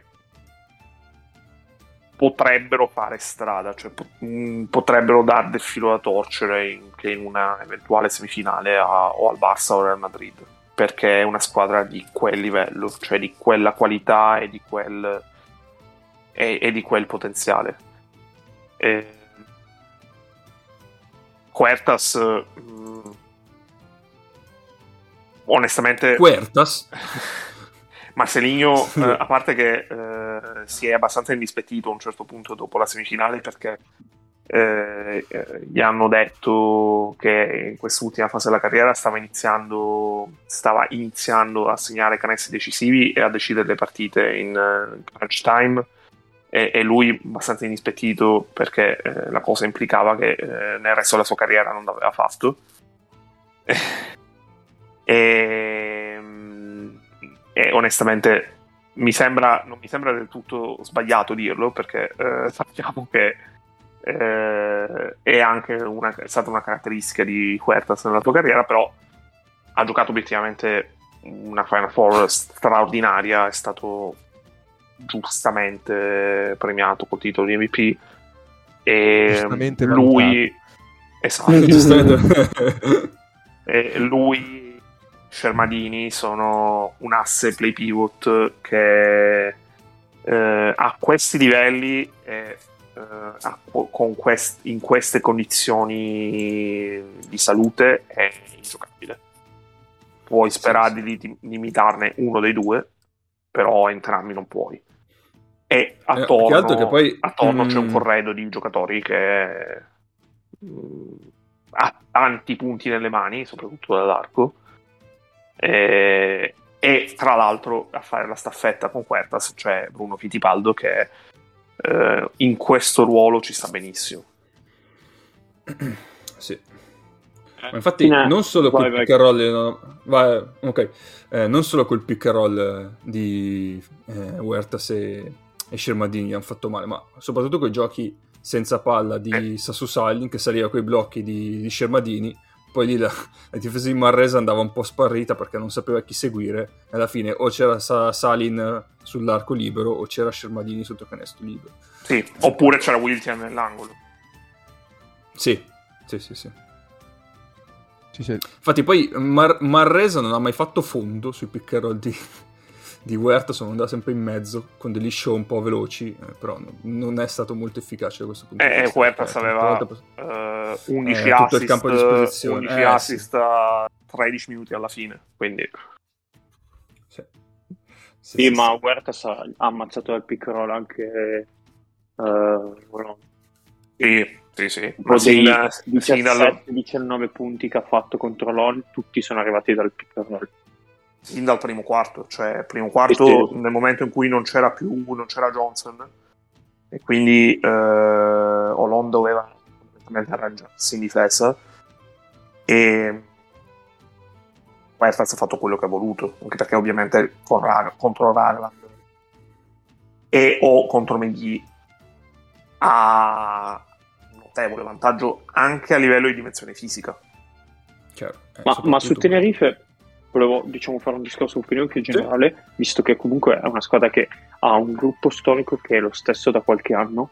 potrebbero fare strada, cioè pot- potrebbero dar del filo da torcere in, che in una eventuale semifinale a, o al Barça o al Real Madrid, perché è una squadra di quel livello, cioè di quella qualità e di quel e, e di quel potenziale. E Huertas mh, onestamente Huertas? Marcelinho, eh, a parte che eh, si è abbastanza indispettito a un certo punto dopo la semifinale, perché eh, eh, gli hanno detto che in quest'ultima fase della carriera stava iniziando stava iniziando a segnare canestri decisivi e a decidere le partite in uh, crunch time, e, e lui abbastanza indispettito, perché eh, la cosa implicava che eh, nel resto della sua carriera non l'aveva fatto. e E onestamente mi sembra, non mi sembra del tutto sbagliato dirlo, perché eh, sappiamo che eh, è anche una, è stata una caratteristica di Huertas nella sua carriera, però ha giocato obiettivamente una Final Four straordinaria, è stato giustamente premiato col titolo di M V P, e Giustamente lui esatto, Giustamente. e lui Shermadini sono un asse play pivot che eh, a questi livelli e eh, a, con quest, in queste condizioni di salute è ingiocabile. Puoi sperare sì, sì. di limitarne uno dei due, però entrambi non puoi. E attorno, eh, che poi, attorno mm... c'è un corredo di giocatori che mh, ha tanti punti nelle mani, soprattutto dall'arco. E, e tra l'altro a fare la staffetta con Huertas c'è Bruno Fittipaldo, che eh, in questo ruolo ci sta benissimo. Sì. Ma infatti no. non solo vai, quel vai. pick and roll no, vai, ok eh, non solo quel pick and roll di eh, Huertas e, e Shermadini hanno fatto male, ma soprattutto quei giochi senza palla di eh. Sassu Salin, che saliva coi blocchi di, di Shermadini. Poi lì la, la difesa di Manresa andava un po' sparrita perché non sapeva chi seguire, e alla fine o c'era Sa- Salin sull'arco libero o c'era Shermadini sotto canestro libero. Sì, oppure c'era Wiltian nell'angolo. Sì, sì, sì, sì. Sì, sì. Infatti poi Mar- Manresa non ha mai fatto fondo sui pick and roll di, di Huertas, sono andato sempre in mezzo con degli show un po' veloci, eh, però no, non è stato molto efficace da questo punto eh, di vista. Huertas eh, aveva per... uh, undici eh, assist, tutto il campo a disposizione. undici eh, assist sì. a tredici minuti alla fine, quindi Sì, sì, ma Huertas ha ammazzato dal pick and roll anche uh, no. Sì, sì, sì. Ma dei da, diciassette diciannove punti che ha fatto contro l'O L, tutti sono arrivati dal pick and roll. Sin dal primo quarto, cioè primo quarto sì, sì. nel momento in cui non c'era più, non c'era Johnson, e quindi eh, Olon doveva completamente arrangiarsi in difesa, e Huertas ha fatto quello che ha voluto, anche perché ovviamente contro Ragland e o contro McGee ha un notevole vantaggio anche a livello di dimensione fisica. Chiaro, eh, ma, ma su Tenerife volevo, diciamo, fare un discorso un po' più generale, sì. Visto che comunque è una squadra che ha un gruppo storico che è lo stesso da qualche anno,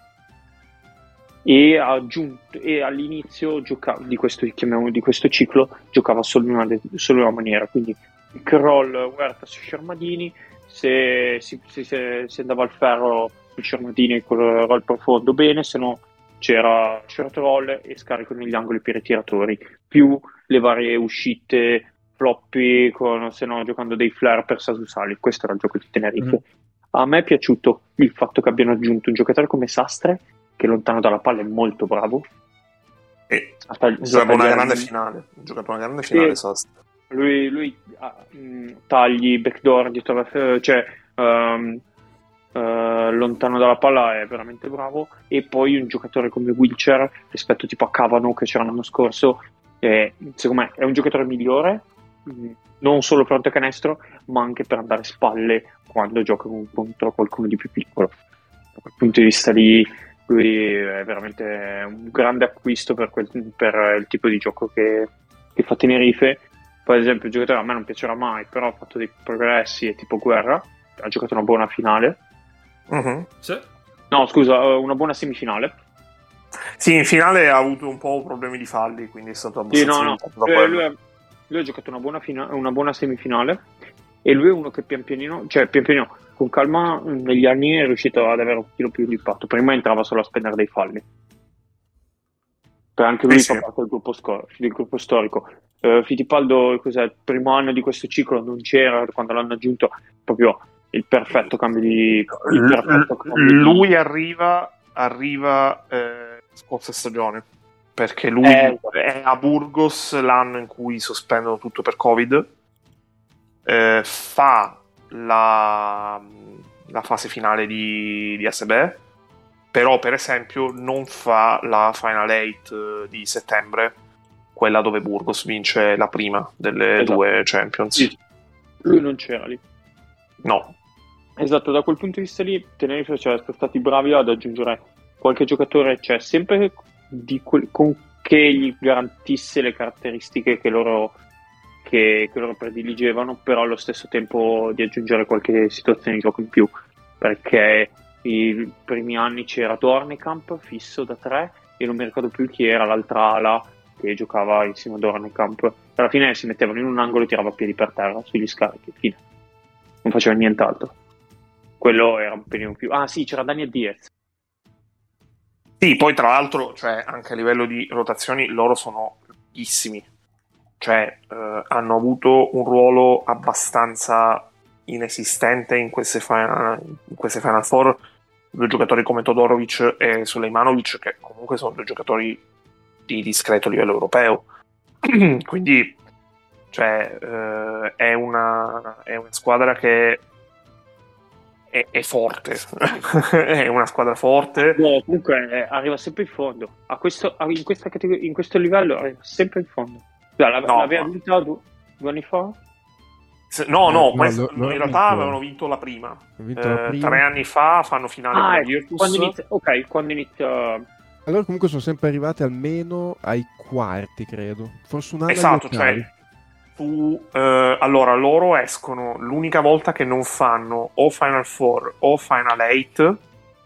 e ha aggiunto, e all'inizio giocava di questo, chiamiamo, di questo ciclo giocava solo in una, solo in una maniera, quindi pick and roll Huertas su Sciarmadini, se si, se, se, se andava al ferro su Sciarmadini con il roll profondo bene, se no c'era short roll e scarico negli angoli per i tiratori, più le varie uscite floppy, con, se no giocando dei flare per Sasusali. Questo era il gioco di Tenerife. Mm-hmm. A me è piaciuto il fatto che abbiano aggiunto un giocatore come Sastre, che lontano dalla palla è molto bravo, e ha giocato una grande finale ha giocato una grande finale Sastre. Lui, lui ha, mh, tagli, backdoor dietro, cioè um, uh, lontano dalla palla è veramente bravo. E poi un giocatore come Wilcher rispetto tipo a Cavano che c'era l'anno scorso, eh, secondo me è un giocatore migliore, mh, non solo fronte a canestro ma anche per andare spalle quando gioca contro qualcuno di più piccolo. Da quel punto di vista lì lui è veramente un grande acquisto per, quel, per il tipo di gioco che, che fa Tenerife. Per esempio il giocatore a me non piacerà mai, però ha fatto dei progressi, è tipo Guerra, ha giocato una buona finale. Uh-huh. Sì. No scusa, una buona semifinale. Sì, in finale ha avuto un po' problemi di falli, quindi è stato abbastanza sì, no, no. Eh, lui, ha, lui ha giocato una buona, fina- una buona semifinale, e lui è uno che pian pianino, cioè pian pianino, con calma negli anni è riuscito ad avere un pochino più di impatto. Prima entrava solo a spendere dei falli, per anche lui sì, fa parte del gruppo, scor- del gruppo storico. Uh, Fittipaldo, cos'è, il primo anno di questo ciclo non c'era, quando l'hanno aggiunto proprio il perfetto cambio di, il perfetto cambio lui di... arriva arriva eh, scorsa stagione, perché lui eh, è a Burgos l'anno in cui sospendono tutto per Covid, eh, fa la, la fase finale di, di A S B, però per esempio non fa la Final Eight di settembre, quella dove Burgos vince la prima delle esatto. due Champions. Sì. Lui non c'era lì. No. Esatto, da quel punto di vista lì Tenerife, cioè, sono stati bravi ad aggiungere qualche giocatore, cioè sempre di quel, con che gli garantisse le caratteristiche che loro, che, che loro prediligevano, però allo stesso tempo di aggiungere qualche situazione di gioco in più, perché i primi anni c'era Dornekamp fisso da tre e non mi ricordo più chi era l'altra ala che giocava insieme a Dornekamp. Alla fine si mettevano in un angolo e tirava a piedi per terra sugli scarichi, fine, non faceva nient'altro. Quello era un pelino più... Ah sì, c'era Daniel Diaz. Sì, poi tra l'altro, cioè, anche a livello di rotazioni loro sono lunghissimi, cioè eh, hanno avuto un ruolo abbastanza inesistente in queste final, in queste final four, due giocatori come Todorovic e Sulejmanovic, che comunque sono due giocatori di discreto livello europeo. Quindi cioè eh, è una è una squadra che è, è forte. È una squadra forte. No, comunque eh, arriva sempre in fondo a questo, a, in, questa categoria, in questo livello arriva sempre in fondo. Cioè, la, no, l'aveva vinta due, due anni fa? No, no, no, questo, no, no in realtà vinto. avevano vinto la prima. Vinto la eh, prima. Tre anni fa fanno finale ah, con la ecco, Virtus. Quando inizia, ok, quando inizia... Allora comunque sono sempre arrivate almeno ai quarti, credo. Forse un anno. Esatto, cioè tu, eh, allora loro escono l'unica volta che non fanno o Final Four o Final Eight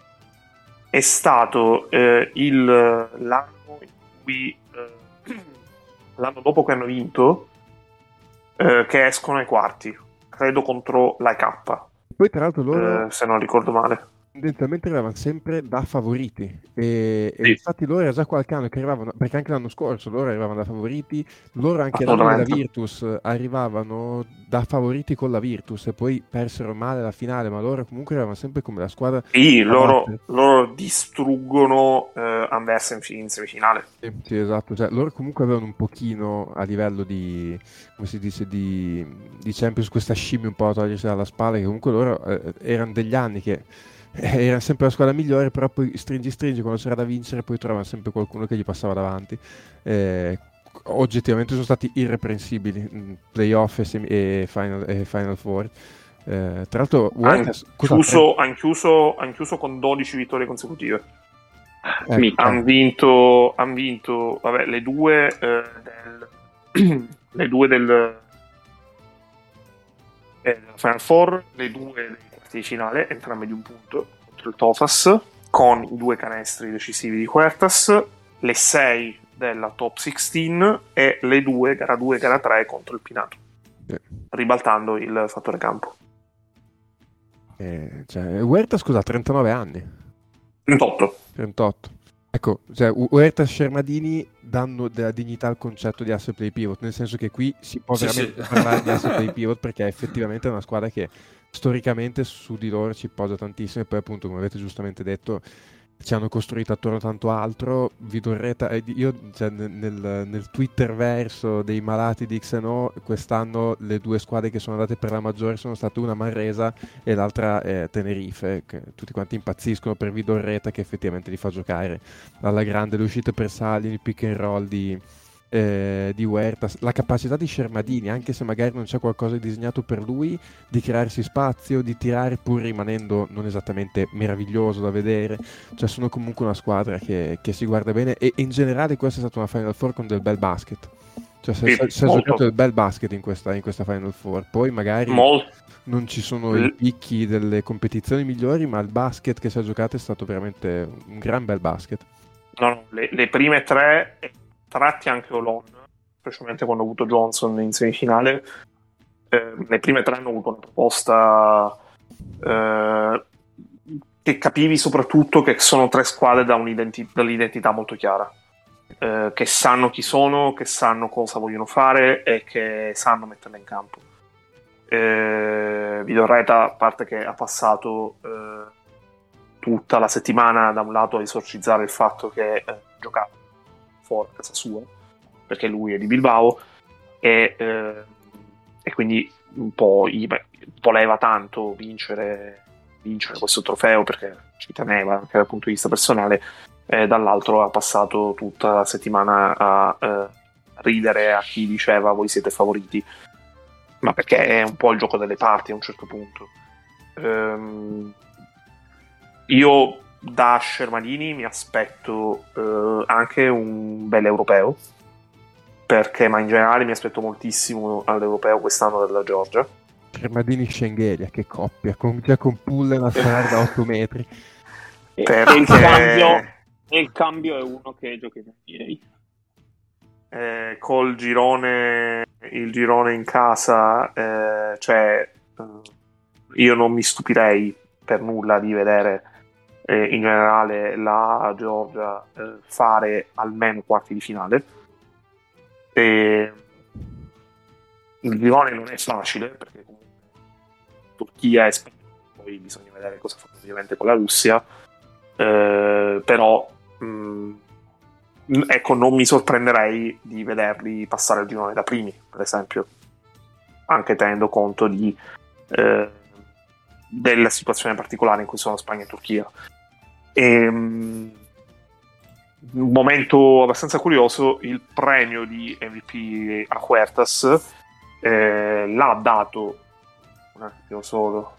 è stato eh, il l'anno in cui eh, l'anno dopo che hanno vinto, eh, che escono ai quarti, credo contro l'A K. Poi tra l'altro loro eh, se non ricordo male, tendenzialmente arrivavano sempre da favoriti e, e Sì. infatti loro era già qualche anno che arrivavano, perché anche l'anno scorso loro arrivavano da favoriti, loro anche l'anno della Assolutamente. Virtus arrivavano da favoriti con la Virtus e poi persero male la finale, ma loro comunque arrivavano sempre come la squadra Sì, da loro, battere. loro distruggono eh, Anversa in, fi- in semifinale. Sì, sì, esatto, cioè, loro comunque avevano un pochino a livello di, come si dice, di, di Champions, questa scimmia un po' a togliersi dalla spalla, che comunque loro eh, erano degli anni che eh, erano sempre la squadra migliore, però poi stringi stringi, quando c'era da vincere poi trovavano sempre qualcuno che gli passava davanti. Eh, oggettivamente sono stati irreprensibili, mh, playoff e, semi- e final, e Final Four. Eh, tra l'altro, Han Huertas, cosa- chiuso, han chiuso, han chiuso con dodici vittorie consecutive. ecco, Mica. Han vinto, han vinto vabbè, le due eh, del, le due del eh, Final Four, le due dei quarti di finale, entrambe di un punto contro il Tofas, con i due canestri decisivi di Huertas, le sei della top sedici e le due gara due e gara tre contro il Pinato, Sì. ribaltando il fattore campo. eh, cioè, Huertas, scusa, ha trentanove anni. trentotto. trentotto. Ecco, cioè, Huertas e Shermadini danno della dignità al concetto di asset play pivot, nel senso che qui si può Sì, veramente sì. parlare di asset play pivot perché effettivamente è una squadra che storicamente su di loro ci posa tantissimo e poi appunto, come avete giustamente detto, ci hanno costruito attorno a tanto altro. Vidorreta, eh, io cioè, nel, nel, nel Twitter verso dei malati di X N O quest'anno le due squadre che sono andate per la maggiore sono state una Manresa e l'altra eh, Tenerife, che tutti quanti impazziscono per Vidorreta che effettivamente li fa giocare alla grande, le uscite per Salini, il pick and roll di, eh, di Huertas, la capacità di Shermadini, anche se magari non c'è qualcosa di disegnato per lui, di crearsi spazio, di tirare pur rimanendo non esattamente meraviglioso da vedere. Cioè sono comunque una squadra che, che si guarda bene e in generale questa è stata una Final Four con del bel basket. Cioè si Sì, è molto. giocato del bel basket in questa, in questa Final Four. Poi magari Molto. non ci sono L- i picchi delle competizioni migliori, ma il basket che si è giocato è stato veramente un gran bel basket. No, no, le, le prime tre, e tratti anche Olon, specialmente quando ha avuto Johnson in semifinale, eh, le prime tre hanno avuto una proposta eh, che capivi soprattutto che sono tre squadre da un'identi- dall'identità molto chiara, eh, che sanno chi sono, che sanno cosa vogliono fare e che sanno metterla in campo. Eh, Vidorreta, a parte che ha passato eh, tutta la settimana da un lato a esorcizzare il fatto che eh, giocava fuori casa sua, perché lui è di Bilbao, e, eh, e quindi un po' gli- beh, voleva tanto vincere, vincere questo trofeo perché ci teneva anche dal punto di vista personale, e dall'altro ha passato tutta la settimana a eh, ridere a chi diceva voi siete favoriti, ma perché è un po' il gioco delle parti a un certo punto. Ehm, io da Shermadini mi aspetto eh, anche un bel europeo, perché ma in generale mi aspetto moltissimo all'europeo quest'anno della Georgia. Shermadini Schengelia, che coppia, con, già con Pullen a sparare da otto metri. E, Perché- e il cambio, e il cambio è uno che gioca in N B A. Eh, col girone, il girone in casa, eh, cioè eh, io non mi stupirei per nulla di vedere eh, in generale la Georgia eh, fare almeno quarti di finale. E il girone non è facile perché comunque Turchia e Spagna, poi bisogna vedere cosa fa ovviamente con la Russia, eh, però mh, ecco, non mi sorprenderei di vederli passare il girone da primi, per esempio, anche tenendo conto di eh, della situazione particolare in cui sono Spagna e Turchia. E, um, un momento abbastanza curioso, il premio di M V P a Huertas eh, l'ha dato un attimo solo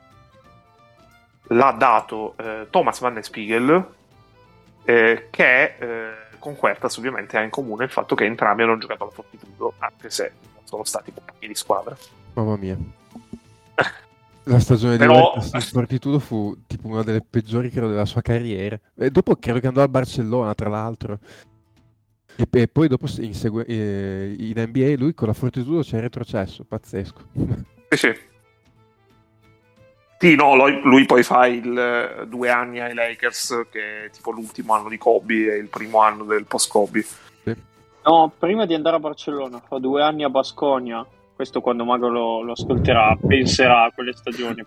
l'ha dato eh, Thomas Van den Spiegel, eh, che eh, con Huertas ovviamente ha in comune il fatto che entrambi hanno giocato alla Fortitudo, anche se non sono stati compagni di squadra. Mamma mia. La stagione Però- di Huertas in Fortitudo fu tipo una delle peggiori credo della sua carriera. E dopo credo che andò al Barcellona, tra l'altro. E, e poi dopo in, segue- eh, in N B A lui con la Fortitudo c'è retrocesso, pazzesco. Sì, sì. Sì, no, lui, lui poi fa il eh, due anni ai Lakers, che è tipo l'ultimo anno di Kobe e il primo anno del post-Kobe. Sì. No, prima di andare a Barcellona, fa due anni a Baskonia. Questo quando Mago lo, lo ascolterà, penserà a quelle stagioni.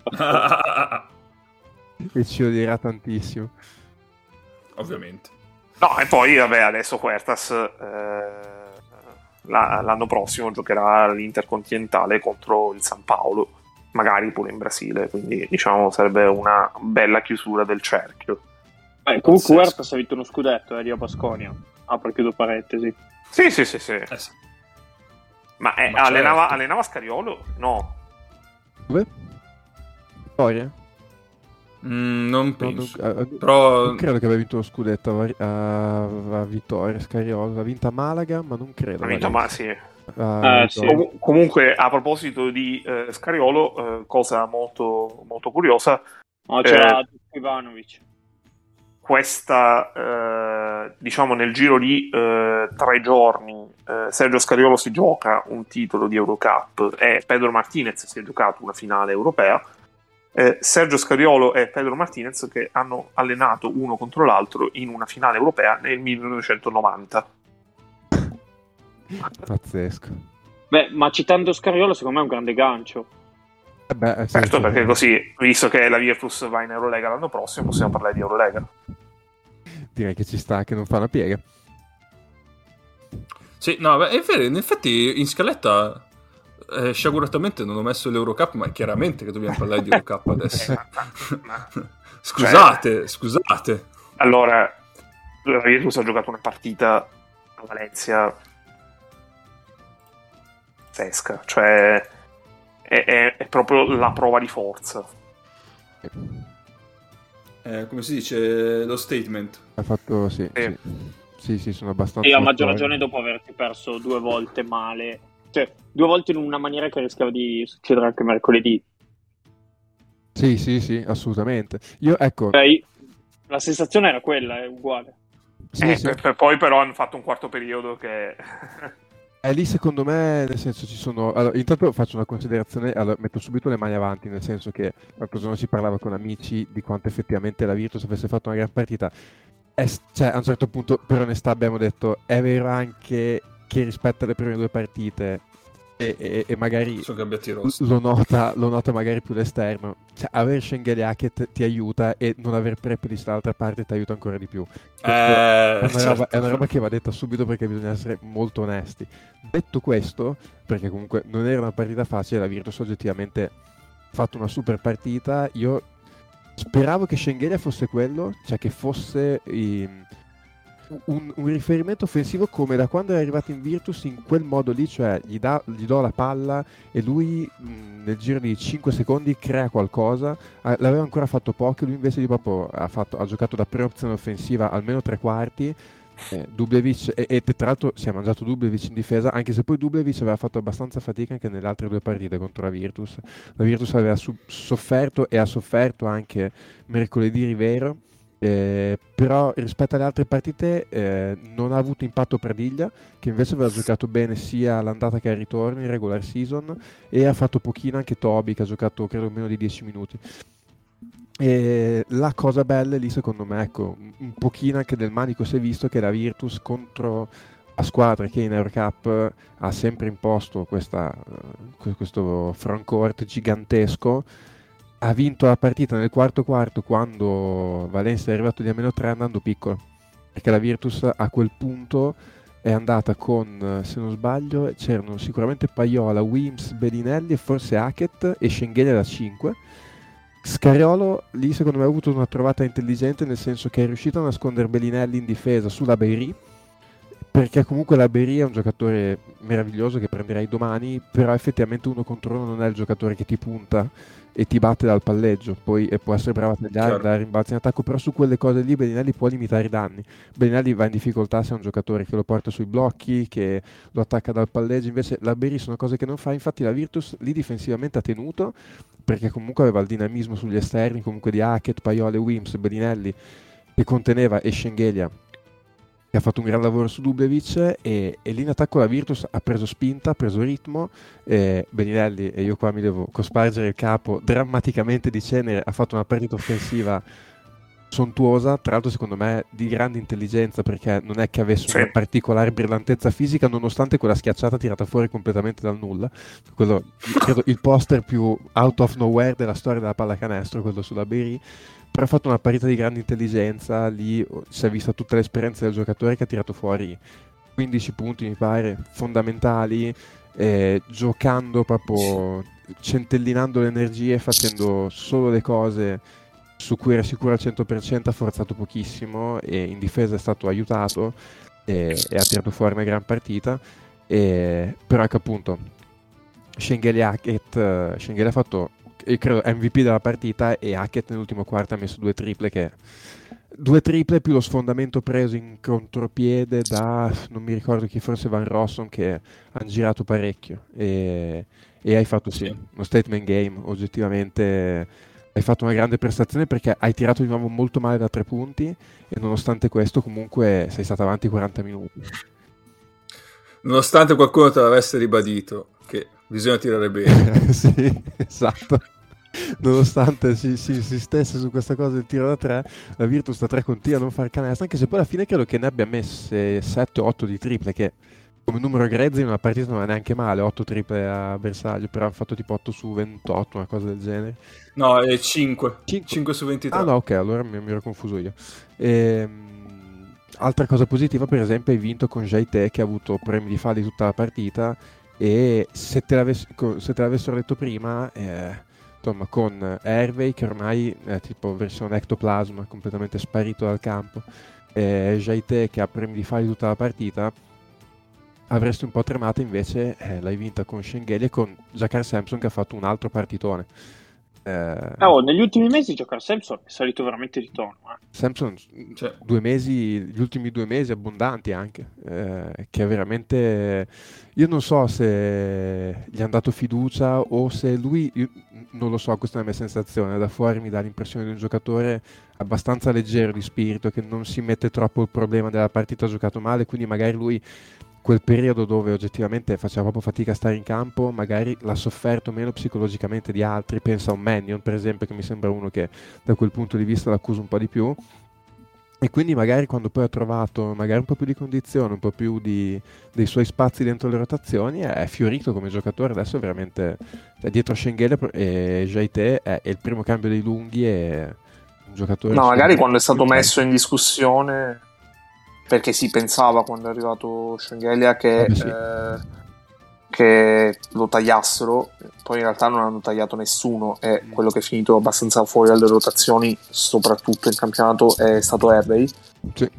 E ci odierà tantissimo. Ovviamente. No, e poi, vabbè, adesso Huertas eh, la- l'anno prossimo giocherà l'Intercontinentale contro il San Paolo, magari pure in Brasile, quindi diciamo sarebbe una bella chiusura del cerchio. Eh, comunque Huertas ha vinto uno scudetto eh, lì a Baskonia. Apro e chiudo parentesi. Sì, sì, sì, sì. Eh sì. Ma, eh, Ma allenava, certo. allenava Scariolo? No. Dove? Storia? Mm, non No, penso. non, eh, Però non credo che abbia vinto lo scudetto a, a, a Vittoria Scariolo. L'ha vinta a Malaga, ma non credo. Ha vinto, ma sì. Ah, Eh, sì. Vittoria. Com- comunque, a proposito di eh, Scariolo, eh, cosa molto, molto curiosa, No, c'era Eh, Ivanovic. questa, eh, diciamo, nel giro di eh, tre giorni, eh, Sergio Scariolo si gioca un titolo di Eurocup e Pedro Martinez si è giocato una finale europea. Eh, Sergio Scariolo e Pedro Martinez che hanno allenato uno contro l'altro in una finale europea nel millenovecentonovanta. Pazzesco. Beh, ma citando Scariolo, secondo me è un grande gancio. Eh beh, nel Certo, senso- perché così, visto che la Virtus va in Eurolega l'anno prossimo, possiamo parlare di Eurolega. Direi che ci sta, che non fa una piega. sì, no, beh, è vero, in effetti in scaletta eh, sciaguratamente non ho messo l'Eurocup, ma è chiaramente che dobbiamo parlare di Eurocup adesso. Eh, ma- ma- Scusate, scusate. Allora, la Virtus ha giocato una partita a Valencia pazzesca, cioè è, è- è proprio la prova di forza. Eh, come si dice lo statement? Ha fatto, sì, Sì. sì. Sì, sì, sono abbastanza E a maggior d'accordo. ragione dopo averti perso due volte male. Cioè, due volte in una maniera che rischiava di succedere anche mercoledì. Sì, sì, sì, assolutamente. Io, ecco, Cioè, la sensazione era quella, è uguale. sì, Eh, sì. per- per- poi però hanno fatto un quarto periodo che... E lì secondo me, nel senso ci sono... Allora, intanto faccio una considerazione, allora, metto subito le mani avanti, nel senso che l'altro giorno si parlava con amici di quanto effettivamente la Virtus avesse fatto una gran partita. E, s- cioè, a un certo punto, per onestà, abbiamo detto, è vero anche che rispetto alle prime due partite, e, e- e magari Sono cambiati i roster. lo nota, lo nota magari più l'esterno, cioè, avere Schengen e Hackett ti aiuta e non aver Preplis dall'altra parte ti aiuta ancora di più. Questo Eh, è, una certo. roba, è una roba che va detta subito perché bisogna essere molto onesti. Detto questo, perché comunque non era una partita facile, la Virtus oggettivamente ha fatto una super partita. Io speravo che Schengelia fosse quello, cioè che fosse ehm, un, un riferimento offensivo come da quando è arrivato in Virtus in quel modo lì, cioè gli, dà- gli do la palla e lui mh, nel giro di cinque secondi crea qualcosa. Ah, l'aveva ancora fatto poco, lui invece di proprio ha, fatto- ha giocato da pre-opzione offensiva almeno tre quarti. Eh, Dublevic e, e tra l'altro si è mangiato Dublevic in difesa, anche se poi Dublevic aveva fatto abbastanza fatica anche nelle altre due partite contro la Virtus. La Virtus aveva su- sofferto e ha sofferto anche mercoledì Rivero, eh, però rispetto alle altre partite eh, non ha avuto impatto Pradiglia, che invece aveva giocato bene sia all'andata che al ritorno in regular season, e ha fatto pochino anche Toby, che ha giocato credo meno di dieci minuti. E la cosa bella lì secondo me, ecco, un- un pochino anche del manico si è visto che la Virtus contro a squadre che in Eurocup ha sempre imposto questa, eh, que- questo frontcourt gigantesco, ha vinto la partita nel quarto quarto quando Valencia è arrivato di a meno tre andando piccolo, perché la Virtus a quel punto è andata con, eh, se non sbaglio, c'erano sicuramente Paiola, Wims, Bellinelli e forse Hackett e Schengelia da cinque. Scariolo lì secondo me ha avuto una trovata intelligente, nel senso che è riuscito a nascondere Bellinelli in difesa sulla Beirì, perché comunque la Beirì è un giocatore meraviglioso che prenderai domani, però effettivamente uno contro uno non è il giocatore che ti punta e ti batte dal palleggio, poi e può essere bravo a tagliare, Chiaro. dare rimbalzi in attacco, però su quelle cose lì Bellinelli può limitare i danni. Bellinelli va in difficoltà se è un giocatore che lo porta sui blocchi, che lo attacca dal palleggio, invece la Beirì sono cose che non fa, infatti la Virtus lì difensivamente ha tenuto, perché comunque aveva il dinamismo sugli esterni, comunque di Hackett, Paiola e Wims, Bellinelli che conteneva e Schengelia che ha fatto un gran lavoro su Dublevic, e, e lì in attacco la Virtus ha preso spinta, ha preso ritmo, e Beninelli, e io qua mi devo cospargere il capo, drammaticamente di cenere, ha fatto una partita offensiva sontuosa, tra l'altro secondo me di grande intelligenza, perché non è che avesse Sì. una particolare brillantezza fisica, nonostante quella schiacciata tirata fuori completamente dal nulla. Quello, credo, il poster più out of nowhere della storia della pallacanestro, quello sulla Beirì. Però ha fatto una partita di grande intelligenza, lì si è vista tutta l'esperienza del giocatore, che ha tirato fuori quindici punti, mi pare, fondamentali, eh, giocando proprio, centellinando le energie, facendo solo le cose su cui era sicuro al cento per cento, ha forzato pochissimo, e in difesa è stato aiutato, e, e ha tirato fuori una gran partita. E, però ecco, appunto, Şengeli Hackett, Şengeli ha fatto, io credo, M V P della partita, e Hackett nell'ultimo quarto ha messo due triple che due triple più lo sfondamento preso in contropiede da, non mi ricordo chi, forse Van Rossum, che hanno girato parecchio, e, e hai fatto sì, Sì. uno statement game. Oggettivamente hai fatto una grande prestazione, perché hai tirato di nuovo molto male da tre punti, e nonostante questo comunque sei stato avanti quaranta minuti. Nonostante qualcuno te l'avesse ribadito che bisogna tirare bene. Sì, esatto. Nonostante si, si insistesse su questa cosa del tiro da tre, la Virtus da tre continua a non far canestro, anche se poi alla fine credo che ne abbia messe sette otto di triple, che come numero grezzo in una partita non è neanche male, otto triple a bersaglio, però hanno fatto tipo otto su ventotto, una cosa del genere. No, è cinque. cinque. cinque su ventitré. Ah no, ok, allora mi, mi ero confuso io. Ehm, altra cosa positiva, per esempio, hai vinto con Jaite, che ha avuto premi di falli tutta la partita, e se te, l'avess- co- se te l'avessero detto prima, eh, insomma, con Hervey, che ormai è tipo versione ectoplasma, completamente sparito dal campo, e Jaite, che ha premi di falli tutta la partita, avresti un po' tremato. Invece eh, l'hai vinta con Şengeli e con Jakar Sampson, che ha fatto un altro partitone. Eh, Oh, negli ultimi mesi Jakar Sampson è salito veramente di tono. Eh. Sampson, Cioè. due mesi, gli ultimi due mesi abbondanti anche, eh, che veramente, io non so se gli hanno dato fiducia o se lui, io non lo so, questa è la mia sensazione, da fuori mi dà l'impressione di un giocatore abbastanza leggero di spirito, che non si mette troppo il problema della partita giocato male, quindi magari lui quel periodo dove oggettivamente faceva proprio fatica a stare in campo, magari l'ha sofferto meno psicologicamente di altri. Pensa a un Mannion, per esempio, che mi sembra uno che da quel punto di vista l'accusa un po' di più, e quindi magari quando poi ha trovato magari un po' più di condizione, un po' più di, dei suoi spazi dentro le rotazioni, è fiorito come giocatore. Adesso è veramente, cioè, dietro Şengeli e Jaite è, è il primo cambio dei lunghi, e un giocatore, no, magari quando è stato okay. messo in discussione, perché si pensava quando è arrivato Şengeli che, Eh, sì. eh, che lo tagliassero, poi in realtà non hanno tagliato nessuno, e Mm. quello che è finito abbastanza fuori dalle rotazioni, soprattutto in campionato, è stato Hervey. Sì.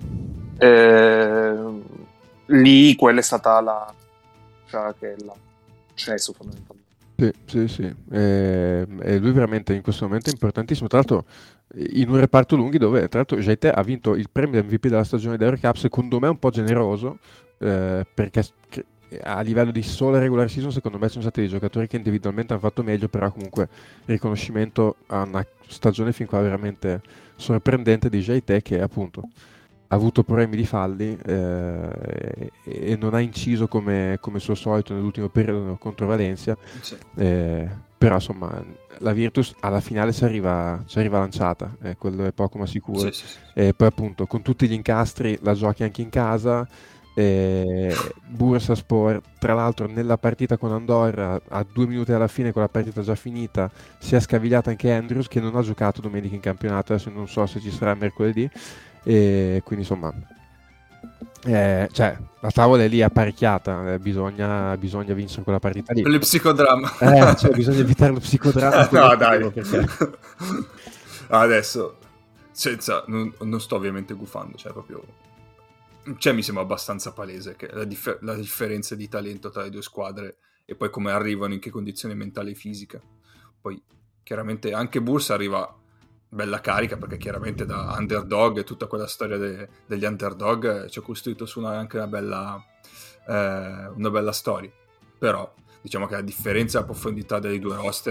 Eh, lì quella è stata la, cioè, che l'ha acceso fondamentalmente. Sì, sì, sì. E, e lui veramente in questo momento è importantissimo. Tra l'altro, in un reparto lunghi dove, tra l'altro, Jaite ha vinto il premio M V P della stagione d'Eurocup, secondo me un po' generoso, eh, perché a livello di sola regular season, secondo me sono stati dei giocatori che individualmente hanno fatto meglio, però comunque riconoscimento a una stagione fin qua veramente sorprendente di Jaite, che appunto ha avuto problemi di falli, eh, e non ha inciso come, come suo solito nell'ultimo periodo contro Valencia. Sì. Eh, però insomma la Virtus alla finale ci arriva, ci arriva lanciata, eh, quello è poco ma sicuro. Sì, sì, sì. E poi appunto con tutti gli incastri la giochi anche in casa. eh, Bursaspor, tra l'altro, nella partita con Andorra, a due minuti alla fine, con la partita già finita, si è scavigliata anche Andrews, che non ha giocato domenica in campionato, adesso non so se ci sarà mercoledì, e quindi insomma eh, cioè la tavola è lì apparecchiata, eh, bisogna, bisogna vincere quella partita lì. Per il psicodramma. Eh, cioè, bisogna evitare lo psicodramma. No, dai. Perché... Adesso, senza, non, non sto ovviamente gufando, cioè proprio, cioè mi sembra abbastanza palese che la, differ- la differenza di talento tra le due squadre, e poi come arrivano, in che condizione mentale e fisica. Poi chiaramente anche Bursa arriva bella carica, perché chiaramente da underdog e tutta quella storia de- degli underdog ci ha costruito su una, anche una bella eh, una bella storia. Però diciamo che la differenza, la profondità dei due roster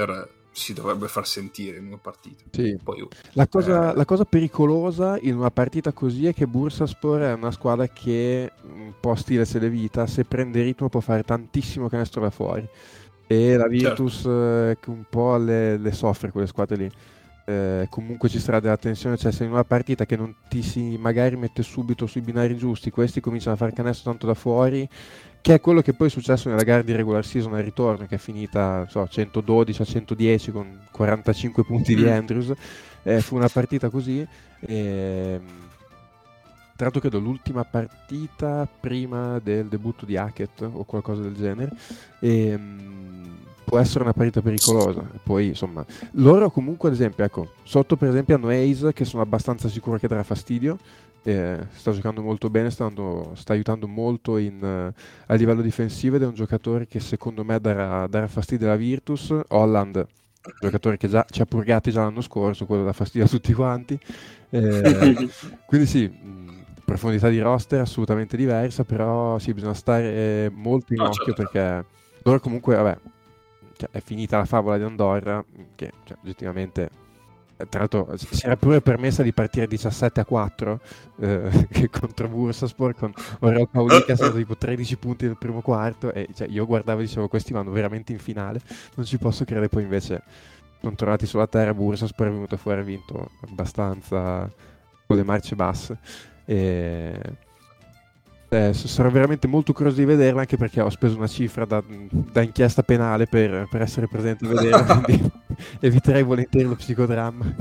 si dovrebbe far sentire in una partita. Sì. Poi, la, cosa, eh... la cosa pericolosa in una partita così è che Bursaspor è una squadra che, un po' stile Cedevita, se prende ritmo può fare tantissimo canestro da fuori, e la Virtus certo. eh, che un po' le, le soffre quelle squadre lì. Eh, comunque ci sarà della tensione, cioè se in una partita che non ti si magari mette subito sui binari giusti, questi cominciano a fare canestro tanto da fuori, che è quello che poi è successo nella gara di regular season al ritorno, che è finita so, centododici a centodieci con quarantacinque punti di Andrews. Eh, fu una partita così, e, tra l'altro credo l'ultima partita prima del debutto di Hackett o qualcosa del genere, e può essere una partita pericolosa. Poi insomma loro comunque, ad esempio, ecco, sotto per esempio hanno Ace, che sono abbastanza sicuro che darà fastidio. Eh, sta giocando molto bene, sta, andando, sta aiutando molto in, uh, a livello difensivo, ed è un giocatore che secondo me darà, darà fastidio alla Virtus. Holland, un giocatore che già ci ha purgati già l'anno scorso, quello da fastidio a tutti quanti. Eh, quindi sì, mh, profondità di roster assolutamente diversa, però sì, bisogna stare molto in no, occhio, certo. perché loro comunque, vabbè, cioè, è finita la favola di Andorra, che cioè, oggettivamente, tra l'altro si era pure permessa di partire diciassette a quattro eh, che contro Bursaspor, con Oriol Paoli che ha stato tipo tredici punti nel primo quarto, e cioè, io guardavo e dicevo questi vanno veramente in finale, non ci posso credere. Poi invece sono tornati sulla terra, Bursaspor è venuto fuori, ha vinto abbastanza con le marce basse, e Eh, sarò veramente molto curioso di vederla, anche perché ho speso una cifra da, da inchiesta penale per, per essere presente a vederla, quindi eviterei volentieri lo psicodramma.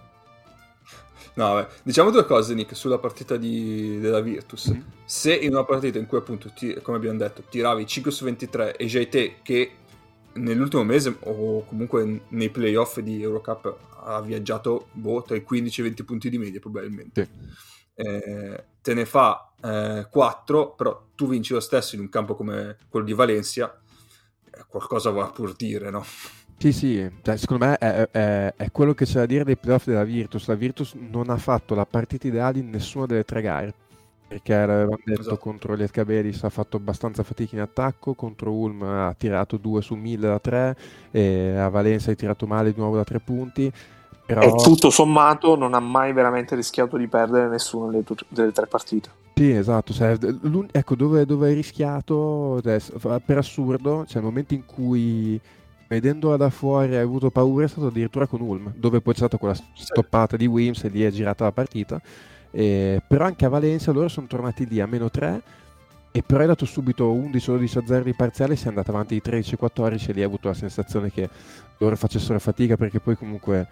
No, vabbè. Diciamo due cose, Nick, sulla partita di, della Virtus. Mm-hmm. Se in una partita in cui appunto, ti, come abbiamo detto, tiravi cinque su ventitré e J T, che nell'ultimo mese o comunque nei playoff di Eurocup ha viaggiato boh, tra i quindici e i venti punti di media probabilmente, sì. Eh, te ne fa eh, quattro, però tu vinci lo stesso in un campo come quello di Valencia, eh, qualcosa va pur dire, no? Sì, sì, cioè, secondo me è, è, è quello che c'è da dire dei playoff della Virtus. La Virtus non ha fatto la partita ideale in nessuna delle tre gare, perché l'avevamo detto, esatto, contro gli Escabelis ha fatto abbastanza fatica in attacco, contro Ulm ha tirato due su mille da tre, e a Valencia ha tirato male di nuovo da tre punti. Però... E tutto sommato non ha mai veramente rischiato di perdere nessuna delle, tu- delle tre partite. Sì, esatto, cioè, ecco dove, dove hai rischiato, cioè, per assurdo, cioè il momento in cui vedendola da fuori hai avuto paura è stato addirittura con Ulm, dove poi c'è stata quella stoppata di Wims e lì è girata la partita, eh, però anche a Valencia loro sono tornati lì a meno tre, e però hai dato subito undici dodici a zero di parziale, si è andata avanti di tredici quattordici, e lì hai avuto la sensazione che loro facessero fatica, perché poi comunque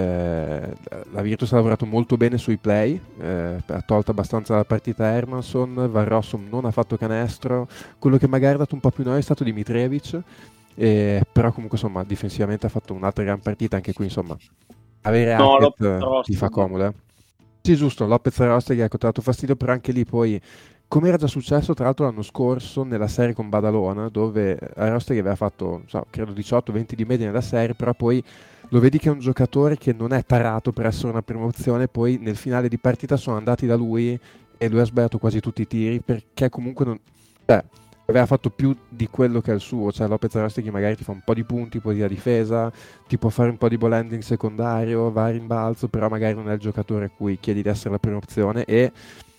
eh, la Virtus ha lavorato molto bene sui play, eh, ha tolto abbastanza la partita Hermansson, Van Rossum non ha fatto canestro, quello che magari ha dato un po' più noia è stato Dimitrijevic, eh, però comunque insomma difensivamente ha fatto un'altra gran partita, anche qui insomma avere no, Hackett ti fa comodo, eh. Sì, giusto, Lopez Roste che ha dato fastidio, però anche lì poi, come era già successo tra l'altro l'anno scorso nella serie con Badalona, dove Roste aveva fatto, so, credo diciotto venti di media nella serie, però poi lo vedi che è un giocatore che non è tarato per essere una prima opzione, poi nel finale di partita sono andati da lui e lui ha sbagliato quasi tutti i tiri, perché comunque non... Cioè, aveva fatto più di quello che è il suo, cioè Lopez Roste che magari ti fa un po' di punti, poi di difesa, ti può fare un po' di ball handling secondario, va a rimbalzo, però magari non è il giocatore a cui chiedi di essere la prima opzione, e,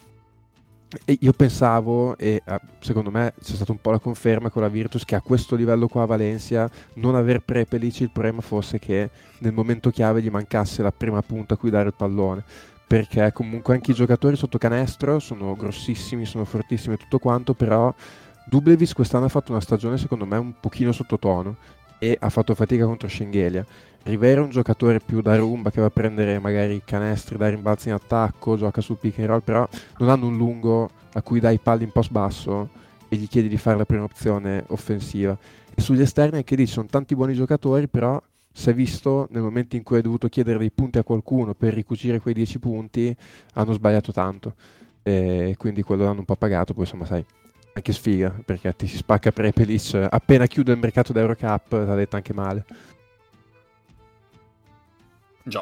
e io pensavo, e secondo me c'è stata un po' la conferma con la Virtus, che a questo livello qua a Valencia non aver Prepelic, il problema fosse che nel momento chiave gli mancasse la prima punta a cui dare il pallone, perché comunque anche i giocatori sotto canestro sono grossissimi, sono fortissimi e tutto quanto, però Dublevic quest'anno ha fatto una stagione secondo me un pochino sottotono e ha fatto fatica contro Schengelia. Rivera è un giocatore più da rumba, che va a prendere magari canestri da rimbalzi in attacco, gioca sul pick and roll, però non hanno un lungo a cui dai palli in post basso e gli chiedi di fare la prima opzione offensiva. E sugli esterni anche lì ci sono tanti buoni giocatori, però si è visto nel momento in cui hai dovuto chiedere dei punti a qualcuno per ricucire quei dieci punti, hanno sbagliato tanto, e quindi quello l'hanno un po' pagato. Poi insomma sai, anche sfiga, perché ti si spacca Prepelic appena chiude il mercato d'Eurocup, l'ha detto anche male. Già.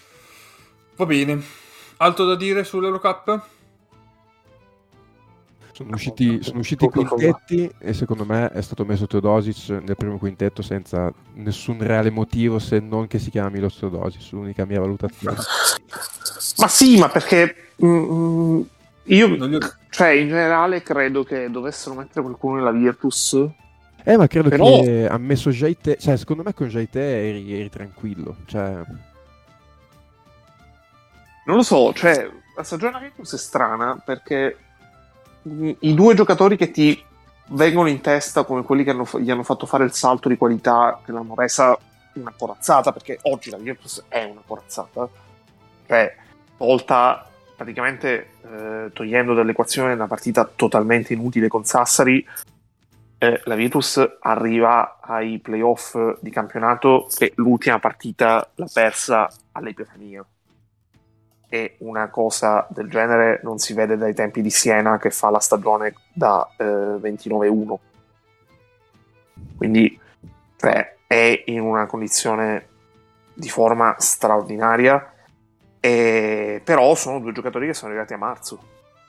Va bene. Altro da dire sull'Eurocup? Sono usciti, sono usciti i quintetti e secondo me è stato messo Teodosic nel primo quintetto senza nessun reale motivo, se non che si chiama Milos Teodosic, l'unica mia valutazione. Ma sì, ma perché mm, io, gli... cioè in generale credo che dovessero mettere qualcuno nella Virtus. Eh, ma credo Però... che ha messo Jaite, cioè secondo me con Jaite eri, eri tranquillo, cioè... Non lo so, cioè la stagione Virtus è strana perché i due giocatori che ti vengono in testa come quelli che hanno, gli hanno fatto fare il salto di qualità, che l'hanno resa una corazzata, perché oggi la Virtus è una corazzata, cioè volta praticamente eh, togliendo dall'equazione una partita totalmente inutile con Sassari, eh, la Virtus arriva ai playoff di campionato e l'ultima partita l'ha persa all'Epifania. E una cosa del genere non si vede dai tempi di Siena, che fa la stagione da eh, ventinove uno. Quindi cioè, è in una condizione di forma straordinaria, e... però sono due giocatori che sono arrivati a marzo.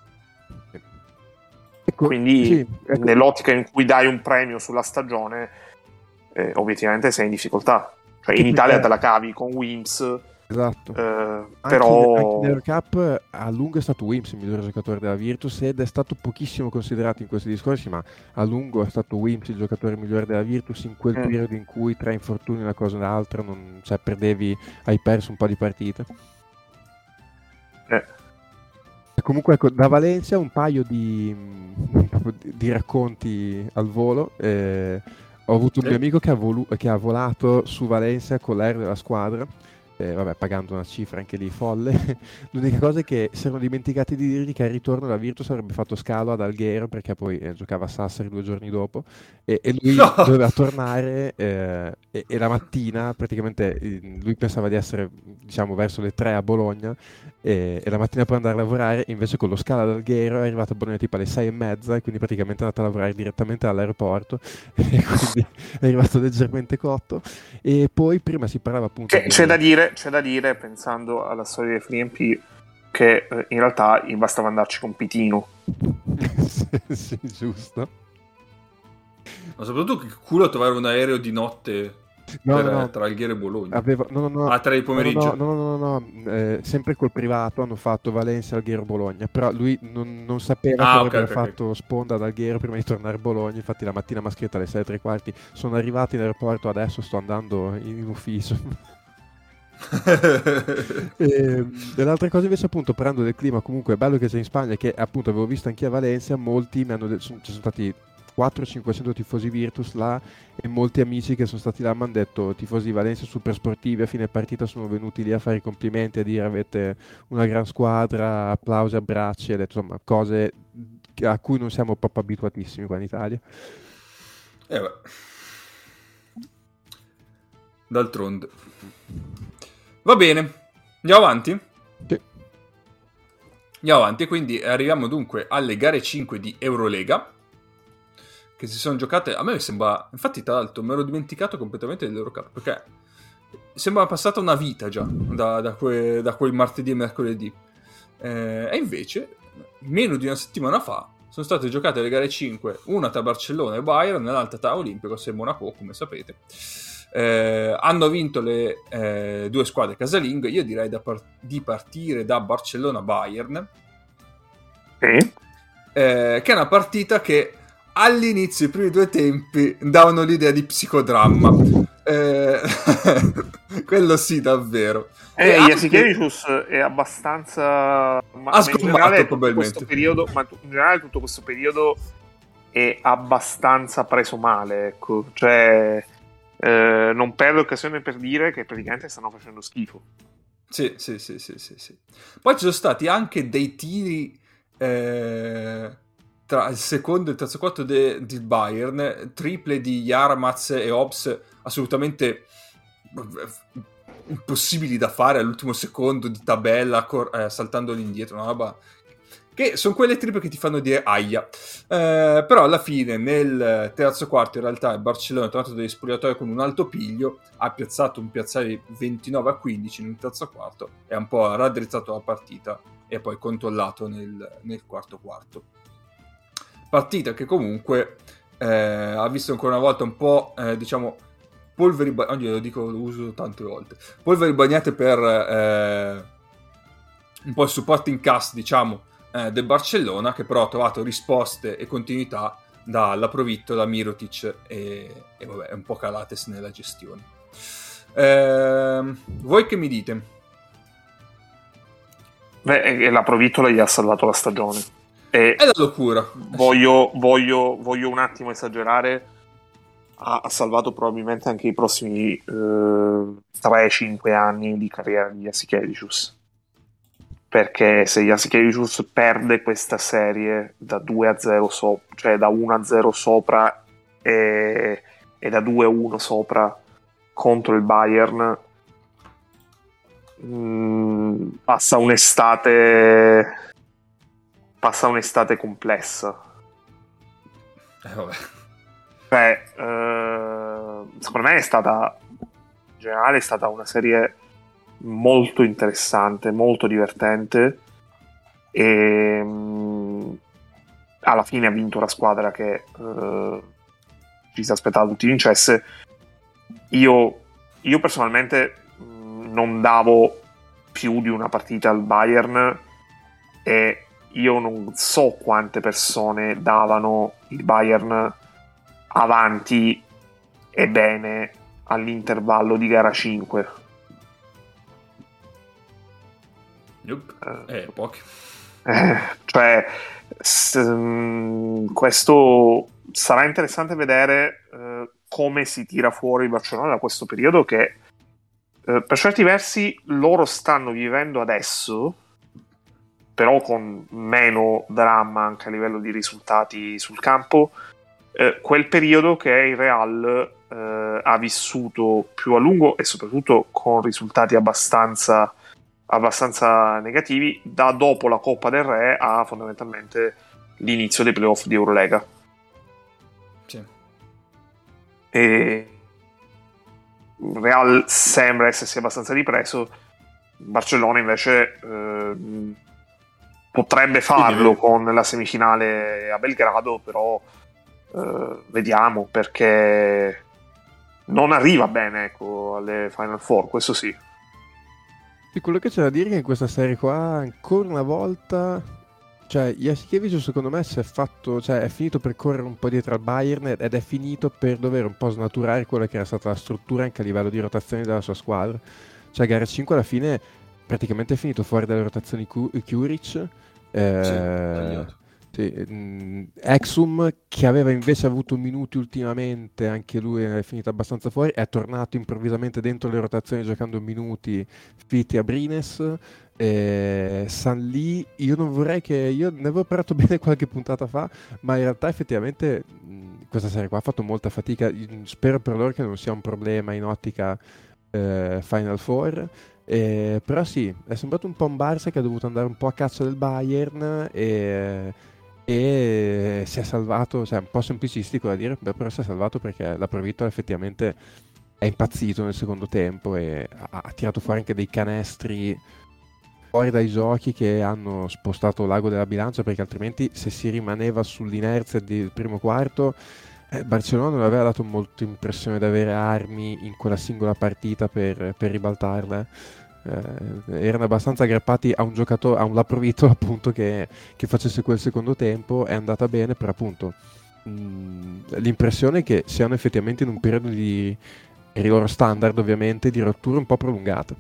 Ecco, Quindi sì, ecco. Nell'ottica in cui dai un premio sulla stagione, eh, obiettivamente sei in difficoltà. Cioè, in Italia perché... te la cavi con Wims. Esatto, eh, anche, però anche in Eurocup a lungo è stato Wims il migliore giocatore della Virtus ed è stato pochissimo considerato in questi discorsi, ma a lungo è stato Wims il giocatore migliore della Virtus in quel mm. periodo in cui tra infortuni una cosa e l'altra non, cioè, perdevi, hai perso un po' di partite. eh. Comunque ecco, da Valencia un paio di, di racconti al volo. eh, ho avuto un mio amico che ha, volu- che ha volato su Valencia con l'aereo della squadra. Eh, vabbè, pagando una cifra anche lì folle. L'unica cosa è che si erano dimenticati di dirgli che al ritorno la Virtus avrebbe fatto scalo ad Alghero, perché poi eh, giocava a Sassari due giorni dopo e, e lui no. doveva tornare eh, e, e la mattina praticamente eh, lui pensava di essere, diciamo, verso le tre a Bologna e, e la mattina per andare a lavorare, invece con lo scalo ad Alghero è arrivato a Bologna tipo alle sei e mezza e quindi praticamente è andato a lavorare direttamente all'aeroporto e quindi è arrivato leggermente cotto. E poi prima si parlava appunto che di... c'è da dire c'è da dire pensando alla storia dei Free M P che eh, in realtà gli bastava andarci con Pitino. sì, sì, giusto. Ma soprattutto che culo trovare un aereo di notte no, per, no, tra Alghero e Bologna. Aveva, no, no, no, a tre di pomeriggio. No, no, no, no, no eh, sempre col privato hanno fatto Valencia, Alghero, Bologna, però lui non, non sapeva ah, che okay, avrebbe okay, fatto okay. sponda ad Alghero prima di tornare a Bologna. Infatti la mattina mi ha scritto alle sei e tre quarti: sono arrivato in aeroporto, adesso sto andando in, in ufficio. e, e l'altra cosa invece, appunto, parlando del clima, comunque è bello che c'è in Spagna, che appunto avevo visto anche a Valencia, molti mi hanno detto, ci sono stati quattrocento cinquecento tifosi Virtus là e molti amici che sono stati là mi hanno detto: tifosi di Valencia super sportivi, a fine partita sono venuti lì a fare i complimenti, a dire avete una gran squadra, applausi, abbracci, e detto, insomma, cose a cui non siamo proprio abituatissimi qua in Italia. Eh beh. D'altronde. Va bene, andiamo avanti? Sì. Andiamo avanti, quindi arriviamo dunque alle gare cinque di Eurolega, che si sono giocate, a me sembra, infatti tra l'altro mi ero dimenticato completamente dell'Eurocup, perché sembra passata una vita già, da, da, que, da quel martedì e mercoledì, eh, e invece, meno di una settimana fa, sono state giocate le gare cinque, una tra Barcellona e Bayern, l'altra tra Olympiacos e Monaco, come sapete. Eh, hanno vinto le eh, due squadre casalinghe. Io direi da par- di partire da Barcellona-Bayern, sì. eh, che è una partita che all'inizio, i primi due tempi, davano l'idea di psicodramma. Eh, quello sì, davvero. Eh, anche... Jasikevičius è abbastanza, ma, ha ma in generale tutto questo probabilmente periodo, ma in generale tutto questo periodo è abbastanza preso male, ecco. Cioè Eh, non perdo occasione per dire che praticamente stanno facendo schifo. Sì, sì, sì, sì, sì, sì. Poi ci sono stati anche dei tiri eh, tra il secondo e il terzo quarto de- di Bayern, triple di Jaramaz e Hobbs assolutamente impossibili da fare all'ultimo secondo di tabella, cor- eh, saltando all'indietro, una roba che sono quelle triple che ti fanno dire aia. Eh, però alla fine nel terzo quarto in realtà il Barcellona è tornato dagli spogliatoi con un alto piglio, ha piazzato un piazzale di ventinove a quindici nel terzo quarto e ha un po' raddrizzato la partita e poi controllato nel, nel quarto quarto. partita che comunque eh, ha visto ancora una volta un po', eh, diciamo, polveri bagnate, oggi lo dico, lo uso tante volte, polveri bagnate per eh, un po' il supporting cast, diciamo, eh, del Barcellona, che però ha trovato risposte e continuità dalla Provittola, Mirotic e, e vabbè, un po' Calates nella gestione. Eh, voi che mi dite? Beh, la Provittola gli ha salvato la stagione. E è la locura. Voglio, voglio, voglio un attimo esagerare. Ha, ha salvato probabilmente anche i prossimi eh, tre cinque anni di carriera di Jasikevičius. Perché se Jasikevičius perde questa serie da due a zero sopra, cioè da uno a zero sopra e, e da due a uno sopra contro il Bayern, mh, passa un'estate passa un'estate complessa. Eh, vabbè. Cioè, eh, secondo me è stata, in generale, è stata una serie molto interessante, molto divertente, e mh, alla fine ha vinto la squadra che eh, ci si aspettava tutti vincesse. Io, io personalmente mh, non davo più di una partita al Bayern, e io non so quante persone davano il Bayern avanti e bene all'intervallo di gara cinque. Nope. Eh, pochi. Eh, cioè, s- mh, questo sarà interessante vedere eh, come si tira fuori il Barcellona da questo periodo che eh, per certi versi loro stanno vivendo adesso, però con meno dramma anche a livello di risultati sul campo, eh, quel periodo che il Real eh, ha vissuto più a lungo e soprattutto con risultati abbastanza abbastanza negativi da dopo la Coppa del Re a fondamentalmente l'inizio dei playoff di Eurolega. Sì. E Real sembra essersi abbastanza ripreso, Barcellona invece eh, potrebbe farlo Quindi, con la semifinale a Belgrado, però eh, vediamo, perché non arriva bene, ecco, alle Final Four, questo sì. Sì, quello che c'è da dire è che in questa serie qua, ancora una volta, cioè Jasikevičius secondo me si è fatto, cioè è finito per correre un po' dietro al Bayern ed è finito per dover un po' snaturare quella che era stata la struttura anche a livello di rotazioni della sua squadra. Cioè gara cinque alla fine praticamente è finito fuori dalle rotazioni Kuric, eh, sì, sì, mh, Exum, che aveva invece avuto minuti ultimamente, anche lui è finito abbastanza fuori, è tornato improvvisamente dentro le rotazioni giocando minuti fitti a Brines. eh, San Lee, io non vorrei che, io ne avevo parlato bene qualche puntata fa, ma in realtà effettivamente mh, questa serie qua ha fatto molta fatica. Io spero per loro che non sia un problema in ottica eh, Final Four. Eh, però sì, è sembrato un po' un Barça che ha dovuto andare un po' a caccia del Bayern e, e si è salvato, cioè un po' semplicistico da dire, però si è salvato perché la Provittola effettivamente è impazzito nel secondo tempo e ha, ha tirato fuori anche dei canestri fuori dai giochi che hanno spostato l'ago della bilancia, perché altrimenti se si rimaneva sull'inerzia del primo quarto eh, Barcellona non aveva dato molta impressione di avere armi in quella singola partita per, per ribaltarla. Eh, erano abbastanza aggrappati a un giocatore, a un Laprovittola appunto che, che facesse quel secondo tempo. È andata bene, però appunto mh, l'impressione è che siano effettivamente in un periodo di, per i loro standard ovviamente, di rottura un po' prolungata.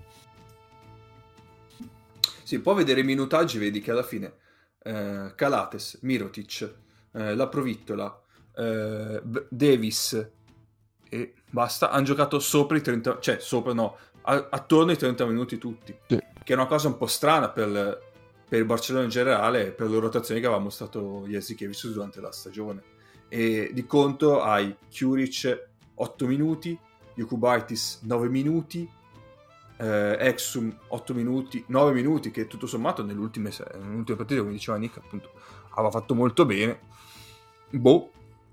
Sì, può vedere i minutaggi, vedi che alla fine eh, Calates, Mirotic, eh, La Provittola, eh, Davis e basta, hanno giocato sopra i trenta, cioè sopra no, a, attorno ai trenta minuti tutti, sì. Che è una cosa un po' strana per, per il Barcellona in generale e per le rotazioni che aveva mostrato Jasikevičius durante la stagione. E di conto hai Kuric otto minuti, Jokubaitis nove minuti, eh, Exum otto minuti, nove minuti, che tutto sommato nelle ultime, nell'ultima partita, come diceva Nick, appunto aveva fatto molto bene. Boh.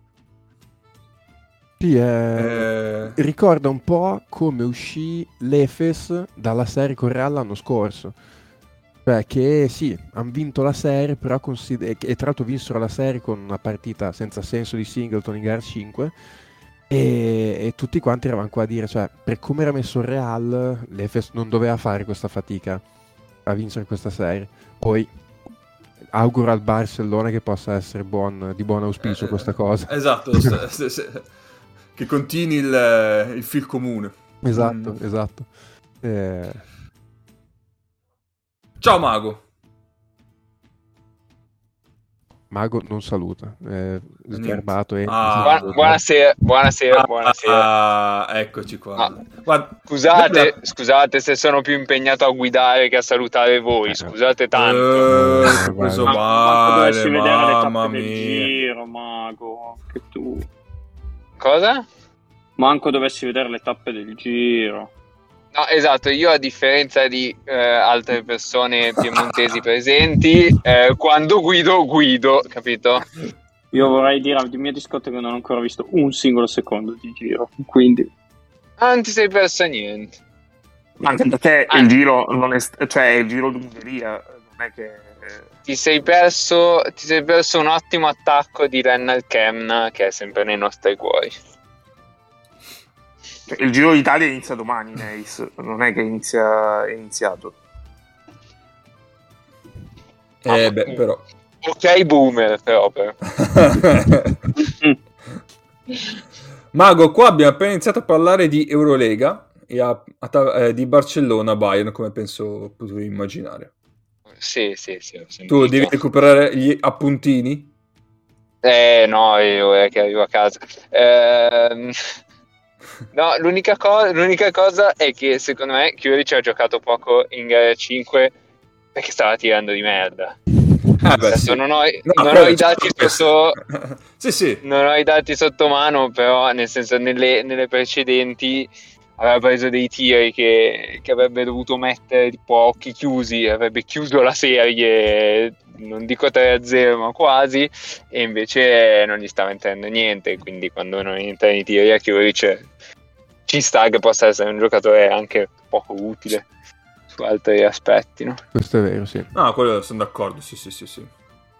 Sì, eh, eh... ricorda un po' come uscì l'Efes dalla serie con Real l'anno scorso, Cioè che sì, hanno vinto la serie, però consider- e tra l'altro vinsero la serie con una partita senza senso di Singleton in gara cinque, e, e tutti quanti eravamo qua a dire, cioè, per come era messo il Real, l'Efes non doveva fare questa fatica a vincere questa serie. Poi auguro al Barcellona che possa essere buon, di buon auspicio Eh, questa cosa. Esatto, se- se- se- che continui il, il fil comune. Esatto, Mm. esatto. Eh, Ciao Mago. Mago non saluta, è sgarbato e... Ah. Buona- buonasera, buonasera, buonasera. Ah, eccoci qua. Ah, Guarda, Scusate, guarda- scusate se sono più impegnato a guidare che a salutare voi, scusate tanto. Eh, Eh, preso guarda. Ma quanto male, dovessi vedere le mamma tappe del mia. giro, Mago, che tu. Cosa? Manco dovessi vedere le tappe del giro. No, esatto, io a differenza di eh, altre persone piemontesi presenti, eh, quando guido, guido, capito? Io vorrei dire al mio discotto che non ho ancora visto un singolo secondo di giro, quindi Ah, non ti sei perso niente. Ma anche da te Ah. il giro non è, st- cioè il giro d'Ungheria non è che Ti sei perso, ti sei perso un ottimo attacco di Lennart Kemna che è sempre nei nostri cuori. cioè, il Giro d'Italia inizia domani, Neis, non è che inizia è iniziato. Eh beh, però. Ok, boomer, però. però. Mago, qua abbiamo appena iniziato a parlare di Eurolega e a- a ta- eh, di Barcellona-Bayern, come penso potevi immaginare. Sì, sì, sì. Ho Tu sentito. devi recuperare gli appuntini? Eh, no, io è che arrivo a casa. Ehm, no, l'unica, co- l'unica cosa è che secondo me Chiuri ci ha giocato poco in gara cinque perché stava tirando di merda. Ah, beh, Adesso sì. non ho, No, non quello ho i c'è dati questo. sotto, Sì, sì. non ho i dati sotto mano, però nel senso nelle, nelle precedenti aveva preso dei tiri che, che avrebbe dovuto mettere tipo a occhi chiusi, avrebbe chiuso la serie, non dico tre a zero ma quasi, e invece non gli stava entrando niente, quindi quando non entra i tiri a Chiuric ci sta che possa essere un giocatore anche poco utile su altri aspetti, no? Questo è vero, sì. No, quello sono d'accordo, sì, sì, sì, sì.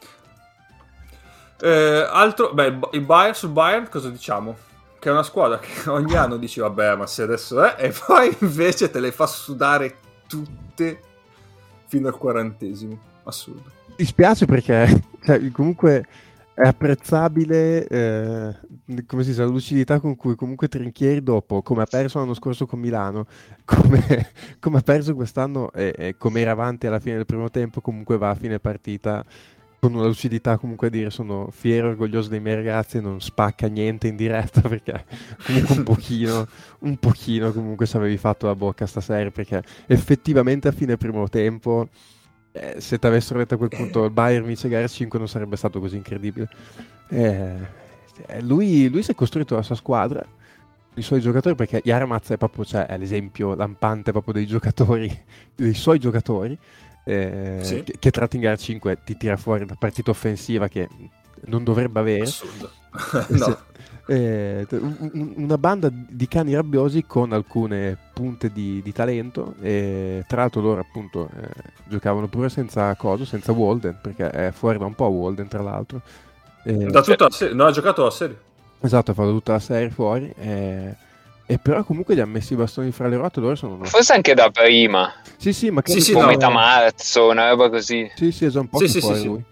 Eh, altro, beh, il- il Bayern, sul Bayern cosa diciamo? Che è una squadra che ogni anno dici, vabbè, ma se adesso è, e poi invece te le fa sudare tutte fino al quarantesimo. Assurdo. Mi dispiace perché cioè, comunque è apprezzabile eh, come si dice, la lucidità con cui comunque Trinchieri dopo, come ha perso l'anno scorso con Milano, come, come ha perso quest'anno e, e come era avanti alla fine del primo tempo, comunque va a fine partita con una lucidità comunque a dire sono fiero e orgoglioso dei miei ragazzi e non spacca niente in diretta perché comunque un pochino un pochino comunque se avevi fatto la bocca stasera perché effettivamente a fine primo tempo eh, se ti avessero detto a quel punto il Bayern vince gara cinque non sarebbe stato così incredibile. Eh, eh, lui, lui si è costruito la sua squadra, i suoi giocatori, perché Jaramaz è proprio cioè, è l'esempio lampante proprio dei giocatori, dei suoi giocatori, eh, Sì. che, che tratti in gara cinque ti tira fuori una partita offensiva che non dovrebbe avere. Assurdo. Eh, No. sì. Eh, un- un- una banda di cani rabbiosi con alcune punte di, di talento e tra l'altro loro appunto eh, giocavano pure senza coso, senza Walden perché è fuori da un po' Walden tra l'altro. Eh, Da tutta la serie, non ha giocato la serie. esatto, ha fatto tutta la serie fuori eh, e però comunque gli ha messi i bastoni fra le ruote, loro sono Forse anche da prima, sì sì ma Sì, sì, tipo no. metà marzo, una roba così. sì sì è già un po' Sì, più sì, fuori sì, sì. lui.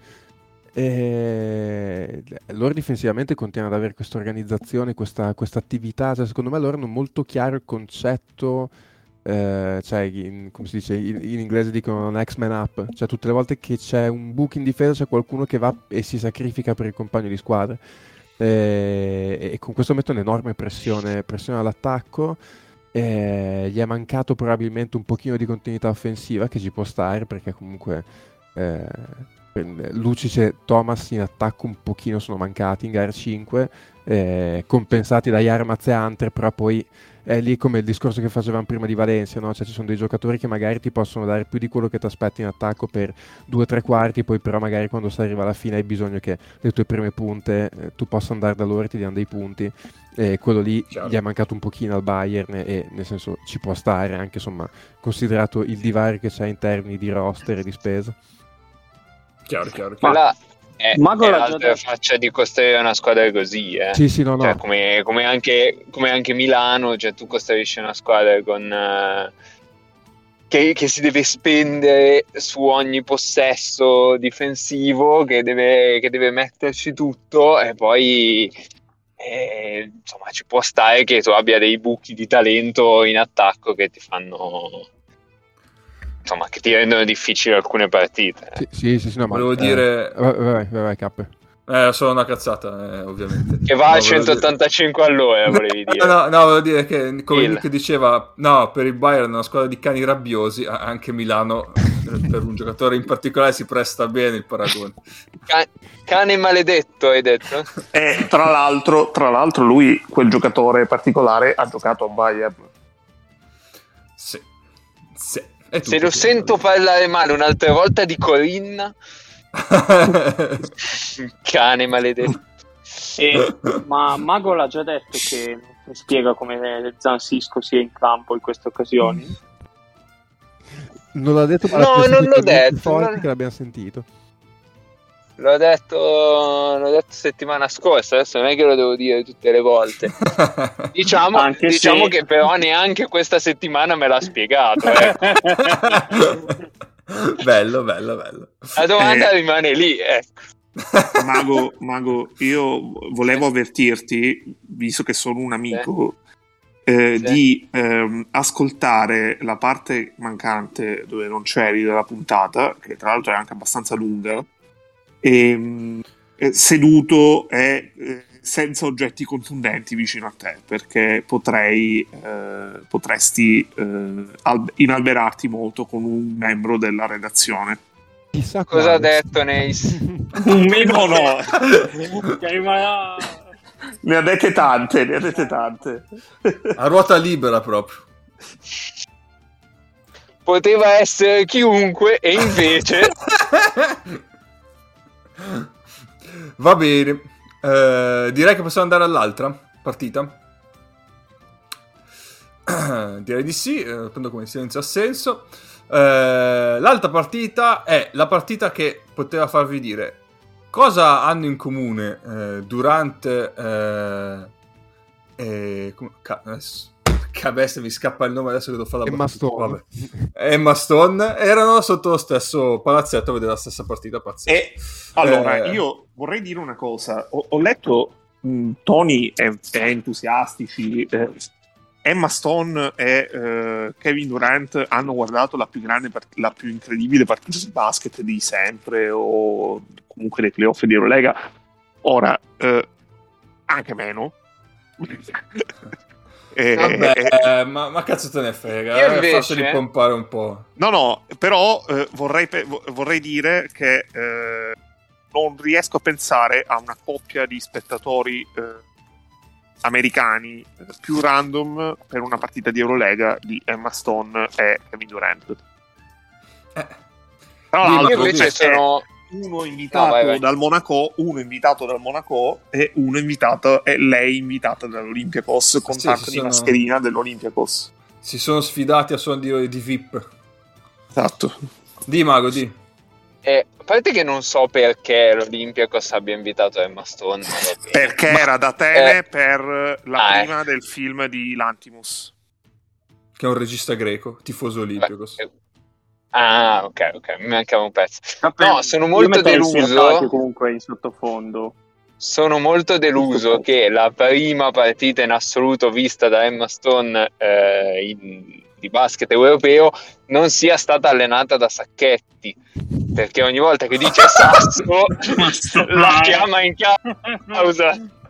E loro difensivamente continuano ad avere questa organizzazione, questa, questa attività, cioè, secondo me loro hanno molto chiaro il concetto, eh, cioè in, come si dice in, in inglese dicono un X-Man up, cioè tutte le volte che c'è un buco in difesa c'è qualcuno che va e si sacrifica per il compagno di squadra e, e con questo mette un'enorme pressione, pressione all'attacco. Eh, gli è mancato probabilmente un pochino di continuità offensiva che ci può stare perché comunque eh, Lucic e Thomas in attacco un pochino sono mancati in gara cinque, eh, compensati da Yarmaz e Hunter, però poi è lì come il discorso che facevamo prima di Valencia, no? Cioè ci sono dei giocatori che magari ti possono dare più di quello che ti aspetti in attacco per due o tre quarti, poi però magari quando si arriva alla fine hai bisogno che le tue prime punte eh, tu possa andare da loro e ti diano dei punti, e quello lì Chiaro. gli è mancato un pochino al Bayern, e nel senso ci può stare anche, insomma, considerato il divario che c'è in termini di roster e di spesa. Chiaro, chiaro, chiaro. Quella è, Mago è l'ha già l'altra detto. faccia di costruire una squadra così, eh. Sì, sì, no, no. Cioè, come, come anche, come anche Milano, cioè tu costruisci una squadra con eh, che, che si deve spendere su ogni possesso difensivo, che deve, che deve metterci tutto, e poi eh, insomma ci può stare che tu abbia dei buchi di talento in attacco che ti fanno, insomma, che ti rendono difficili alcune partite. Sì, sì, sì, sì, no, ma, Volevo eh, dire- vai, vai, vai, vai, K. Eh, solo una cazzata, eh, ovviamente. Che va No, a volevo dire- centottantacinque all'ora, volevi dire. No, no, no, volevo dire che come Il. Nick diceva, no, per il Bayern è una squadra di cani rabbiosi, a- anche Milano eh, per un giocatore in particolare si presta bene il paragone. Ca- cane maledetto, hai detto? E tra l'altro, tra l'altro lui, quel giocatore particolare, ha giocato a Bayern. Sì, sì. È Se tutto lo qui. sento parlare male un'altra volta di Corinna, cane maledetto. E, ma Mago l'ha già detto che non spiega come Zansisco sia in campo in queste occasioni. Non l'ha detto, ma No, l'ha non l'ho più detto, forte non- che l'abbiamo sentito. L'ho detto, l'ho detto settimana scorsa, adesso non è che lo devo dire tutte le volte. Diciamo, Anche diciamo se- che però neanche questa settimana me l'ha spiegato. Ecco. Bello, bello, bello. La domanda Eh. rimane lì, ecco. Mago, Mago, io volevo avvertirti, visto che sono un amico, eh, Sì. di ehm, ascoltare la parte mancante dove non c'eri della puntata, che tra l'altro è anche abbastanza lunga, e, eh, seduto e eh, senza oggetti contundenti vicino a te, perché potrei eh, potresti eh, al- inalberarti molto con un membro della redazione. Chissà Cosa ha quale. detto Neis? Un membro no, Che rimarrà- ne ha dette tante, ne ha dette tante. A ruota libera proprio. Poteva essere chiunque e invece Va bene. Eh, direi che possiamo andare all'altra partita. Direi di sì, eh, prendo come silenzio assenso. Eh, l'altra partita è la partita che poteva farvi dire cosa hanno in comune eh, durante eh, eh, come, ca- adesso, che bestia, mi scappa il nome adesso che devo fare la Emma battuta. Stone. Vabbè. Emma Stone erano sotto lo stesso palazzetto a vedere la stessa partita pazzesca. E allora, Eh. io vorrei dire una cosa. Ho, ho letto mh, Tony è, è entusiastici. eh, Emma Stone e eh, Kevin Durant hanno guardato la più grande, part- la più incredibile partita di basket di sempre, o comunque dei playoff di Eurolega. Ora, eh, anche meno. E- Vabbè, e- eh, ma, ma cazzo te ne frega, Io eh, invece- farseli pompare un po'. No, no, però eh, vorrei, pe- vo- vorrei dire che eh, non riesco a pensare a una coppia di spettatori eh, americani eh, più random per una partita di Eurolega di Emma Stone e Kevin Durant. Eh, Tra Io l'altro, io invece c'è sono uno invitato No, vai, vai. dal Monaco, uno invitato dal Monaco e uno invitato e lei invitata dall'Olympiakos con Sì, tanto ci di sono- mascherina dell'Olympiakos. si sono sfidati a suon di, di V I P. Esatto. Di Mago, di. eh, a parte che non so perché l'Olympiakos abbia invitato Emma Stone, ma va bene. Perché era da Atene eh. per la Ah, prima del film di Lantimos. Che è un regista greco, tifoso olimpico. Eh, Ah, ok, ok, mi mancava un pezzo. Vabbè, No, sono io molto metterei deluso. Siertati comunque in sottofondo. Sono molto deluso che la prima partita in assoluto vista da Emma Stone eh, in- di basket europeo non sia stata allenata da Sacchetti, perché ogni volta che dice Sasso la chiama in causa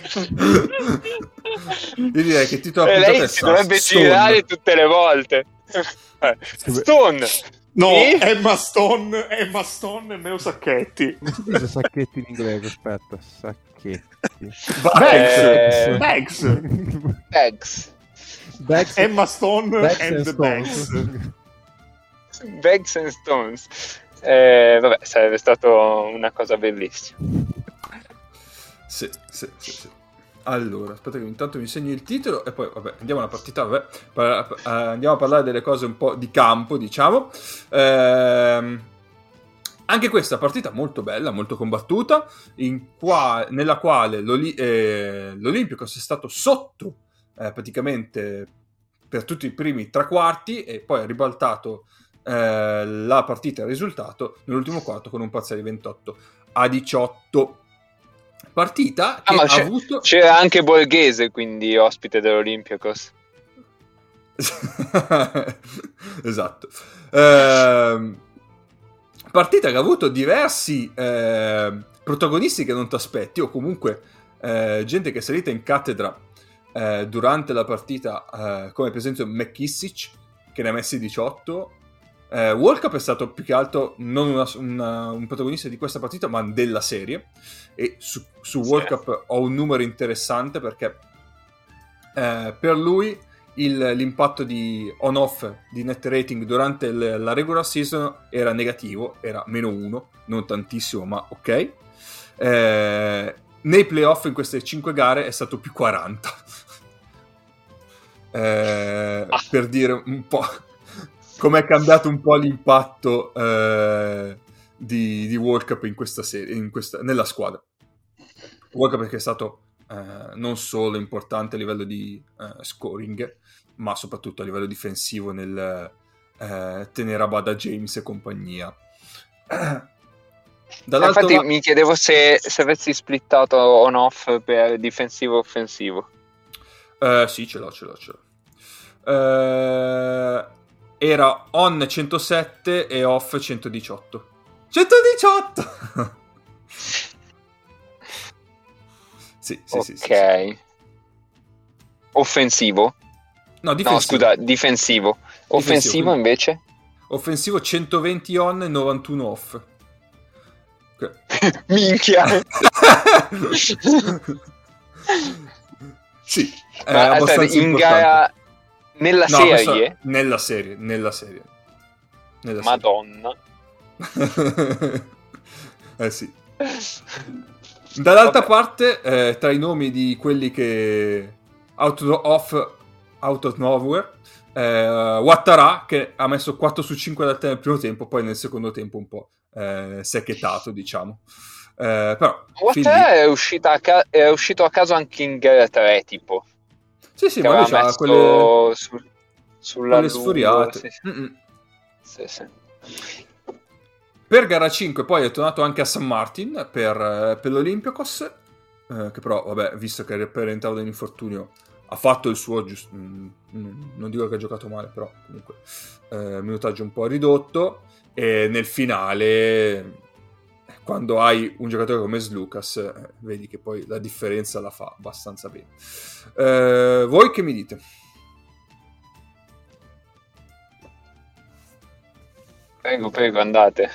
Io direi che il titolo e della puntata lei è si dovrebbe Stone. girare tutte le volte. Eh, Stone No, Sì? Emma Stone, Emma Stone e Meo Sacchetti. Come si dice sacchetti in inglese? Aspetta, sacchetti. Bags, Eh, Bags. Bags. Bags, Emma Stone Bags and and the Stones. Bags. Bags and Stones. Eh, vabbè, sarebbe stato una cosa bellissima. Sì, sì, sì, sì. Allora, aspetta che intanto mi segno il titolo e poi, vabbè, andiamo alla partita, vabbè, par- eh, andiamo a parlare delle cose un po' di campo, diciamo. Ehm, anche questa partita molto bella, molto combattuta, in qua- nella quale l'Oli- eh, l'Olympiacos è stato sotto eh, praticamente per tutti i primi tre quarti e poi ha ribaltato eh, la partita e il risultato nell'ultimo quarto con un parziale di ventotto a diciotto. Partita che Ah, ma ha c'è- avuto c'era anche Borghese, quindi ospite dell'Olympiacos. esatto. Ehm, partita che ha avuto diversi eh, protagonisti che non ti aspetti, o comunque eh, gente che è salita in cattedra eh, durante la partita, eh, come per esempio McKissick, che ne ha messi diciotto. Eh, World Cup è stato più che altro non una- una- un protagonista di questa partita, ma della serie. E su, su Sì. World Cup ho un numero interessante perché eh, per lui il- l'impatto di on-off di net rating durante il- la regular season era negativo, era meno uno, non tantissimo, ma ok. Eh, nei playoff in queste cinque gare è stato più quaranta. Eh, Ah. Per dire un po' com'è cambiato un po' l'impatto eh, di, di World Cup in questa serie, in questa, nella squadra. World Cup perché è stato eh, non solo importante a livello di eh, scoring, ma soprattutto a livello difensivo nel eh, tenere a bada James e compagnia. Dall'altro Infatti la- mi chiedevo se, se avessi splittato on-off per difensivo e offensivo. Eh, sì, ce l'ho, ce l'ho, ce l'ho. Eh, era on centosette e off centodiciotto. centodiciotto! Sì, sì, Ok. sì, sì, sì. Offensivo? No, difensivo. No, scusa, difensivo. Offensivo quindi- invece? Offensivo centoventi on e novantuno off. Ok. Minchia! Sì, è Ma aspetta, abbastanza in importante. gara nella No, serie? questa- nella serie, nella serie. Nella Madonna. serie. Eh sì. Dall'altra Vabbè. parte, eh, tra i nomi di quelli che out of, out of nowhere, eh, Ouattara che ha messo quattro su cinque da te nel primo tempo, poi nel secondo tempo un po' eh, si è chetato, diciamo. Eh, però Ouattara è, uscita a ca- è uscito a caso anche in gara tre, tipo. sì, sì, che ma lui aveva c'ha messo quelle, su, sulla quelle lungo, sfuriate. sì, sì. Mm-mm. Sì, sì. Per gara cinque poi è tornato anche a San Martin per, eh, per l'Olympiacos, eh, che però, vabbè, visto che era per rientrato dall'infortunio, ha fatto il suo, giust- mm, non dico che ha giocato male, però comunque eh, minutaggio un po' ridotto, e nel finale, quando hai un giocatore come Slucas, eh, vedi che poi la differenza la fa abbastanza bene. Eh, voi che mi dite? Prego, prego, andate.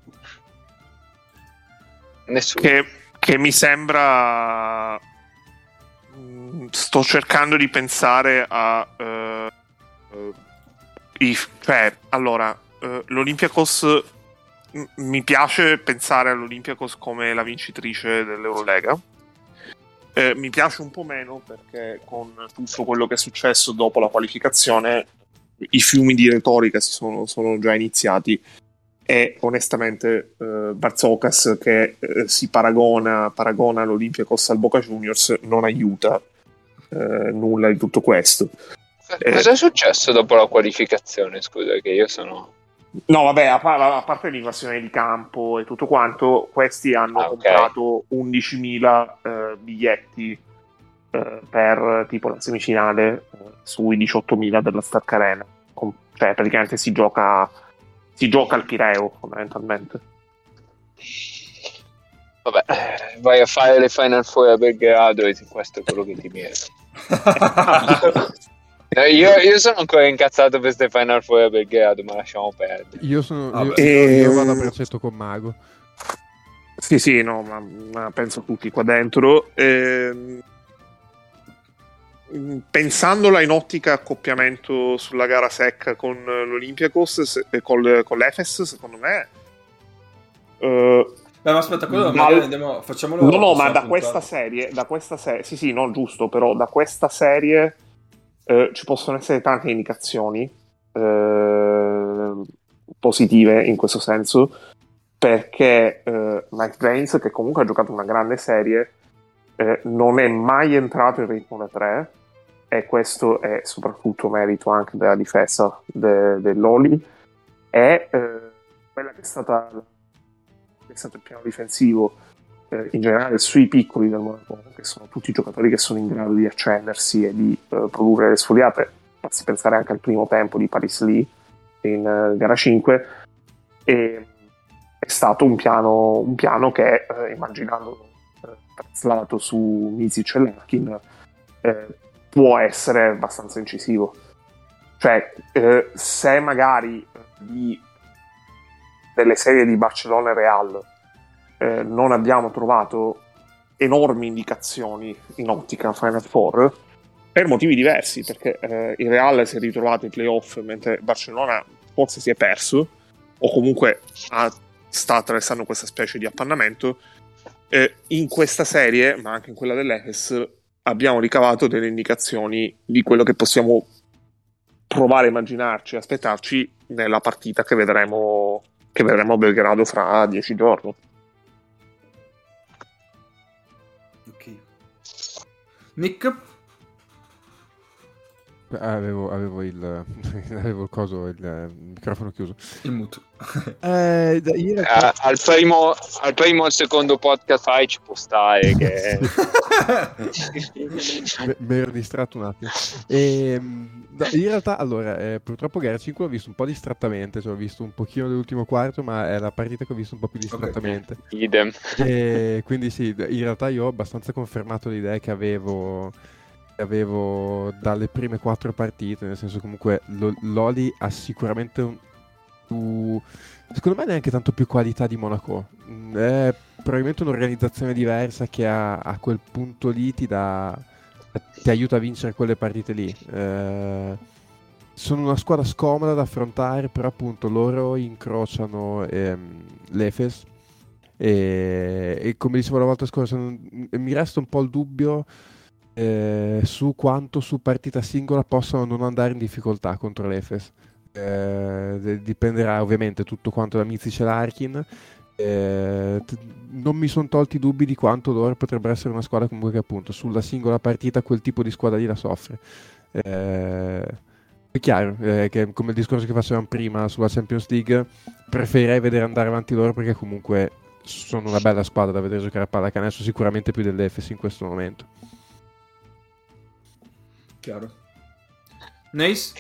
Nessuno. Che, che mi sembra. mm, Sto cercando di pensare a. eh, eh, i- cioè, allora, eh, l'Olympiacos. m- Mi piace pensare all'Olympiacos come la vincitrice dell'Eurolega. Eh, mi piace un po' meno perché con tutto quello che è successo dopo la qualificazione i fiumi di retorica si sono, sono già iniziati e onestamente eh, Barzokas che eh, si paragona, paragona l'Olympiacos al Boca Juniors non aiuta eh, nulla di tutto questo. Eh, Cosa è successo dopo la qualificazione? Scusa, che io sono. No, vabbè, a, pa- a parte l'invasione di campo e tutto quanto, questi hanno Ah, ok. comprato undicimila eh, biglietti eh, per tipo la semifinale eh, sui diciottomila della Stark Arena. Com- cioè, praticamente si gioca si gioca al Pireo, fondamentalmente. Vabbè, eh, vai a fare le Final Four a Belgrado e questo è quello che ti meriti. Eh, io, io sono ancora incazzato per queste Final Four a Belgrado, ma lasciamo perdere. Io sono io, Vabbè. io, io Ehm, vado a braccetto con Mago. Sì, sì, no, ma, ma penso tutti qua dentro. Ehm, pensandola in ottica accoppiamento sulla gara secca con l'Olympiakos se- e col, con l'Efes, secondo me. eh, Beh, ma aspetta, quello dal- magari andiamo, facciamolo No, la no, ma prossima da puntata. questa serie, da questa serie, sì, sì, no, giusto, però da questa serie eh, ci possono essere tante indicazioni eh, positive in questo senso, perché eh, Mike James, che comunque ha giocato una grande serie, eh, non è mai entrato in ritmo da tre, e questo è soprattutto merito anche della difesa de- dell'Oli, e eh, quella che è stata che è stato il piano difensivo eh, in generale sui piccoli del Monaco, che sono tutti giocatori che sono in grado di accendersi e di eh, produrre le sfogliate. Basti pensare anche al primo tempo di Paris Lee in eh, gara cinque, e è stato un piano, un piano che eh, immaginando eh, traslato su Micic e Larkin eh, può essere abbastanza incisivo. Cioè eh, se magari eh, di delle serie di Barcellona e Real eh, non abbiamo trovato enormi indicazioni in ottica Final Four per motivi diversi, perché eh, il Real si è ritrovato in playoff mentre Barcellona forse si è perso o comunque ha, sta attraversando questa specie di appannamento. Eh, in questa serie, ma anche in quella dell'Efes, abbiamo ricavato delle indicazioni di quello che possiamo provare a immaginarci, aspettarci nella partita che vedremo che vedremo a Belgrado fra dieci giorni. Ok. Nick? Avevo, avevo il avevo il coso, il, il microfono chiuso. Il muto. Eh, da- in realtà- Ah, al primo al primo al secondo podcast fai ci può stare che Me- mi ero distratto un attimo. Ehm, no, in realtà, allora, eh, purtroppo gara cinque l'ho visto un po' distrattamente, cioè ho visto un pochino dell'ultimo quarto, ma è la partita che ho visto un po' più distrattamente. idem. E quindi sì, in realtà io ho abbastanza confermato le idee che avevo, che avevo dalle prime quattro partite, nel senso comunque lo- l'Oli ha sicuramente un, più- secondo me neanche tanto più qualità di Monaco. Mm, È probabilmente un'organizzazione diversa che a, a quel punto lì ti dà, ti aiuta a vincere quelle partite lì. Eh, sono una squadra scomoda da affrontare, però appunto loro incrociano ehm, l'Efes e, e come dicevo la volta scorsa non- mi resta un po' il dubbio eh, su quanto su partita singola possano non andare in difficoltà contro l'Efes. Eh, de- dipenderà ovviamente tutto quanto da Micic e Larkin. Eh, t- non mi sono tolti i dubbi di quanto loro potrebbero essere una squadra comunque che appunto sulla singola partita quel tipo di squadra lì la soffre. Eh, è chiaro eh, che come il discorso che facevamo prima sulla Champions League preferirei vedere andare avanti loro perché comunque sono una bella squadra da vedere giocare a pallacanestro, sicuramente più dell'Efes in questo momento. Chiaro. Nice?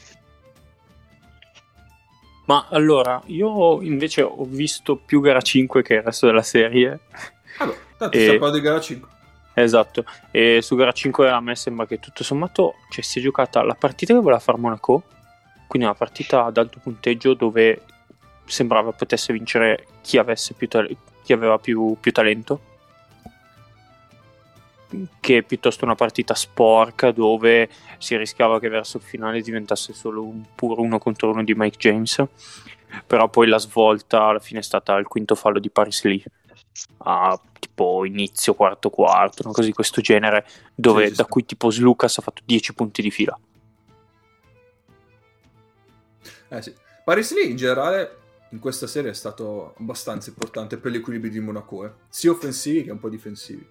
Ma allora, io invece ho visto più gara cinque che il resto della serie. Vabbè, tanto E- stiamo parlando di gara cinque. Esatto, e su gara cinque a me sembra che tutto sommato cioè, si è giocata la partita che voleva far Monaco, quindi una partita ad alto punteggio dove sembrava potesse vincere chi, avesse più ta- chi aveva più, più talento, che piuttosto una partita sporca dove si rischiava che verso il finale diventasse solo un puro uno contro uno di Mike James. Però poi la svolta alla fine è stata il quinto fallo di Paris Lee a tipo inizio quarto quarto, una cosa di questo genere, dove Sì, sì, da sì. cui tipo Lucas ha fatto dieci punti di fila. Eh sì. Paris Lee in generale in questa serie è stato abbastanza importante per l'equilibrio di Monaco, eh. Sia offensivi che un po' difensivi.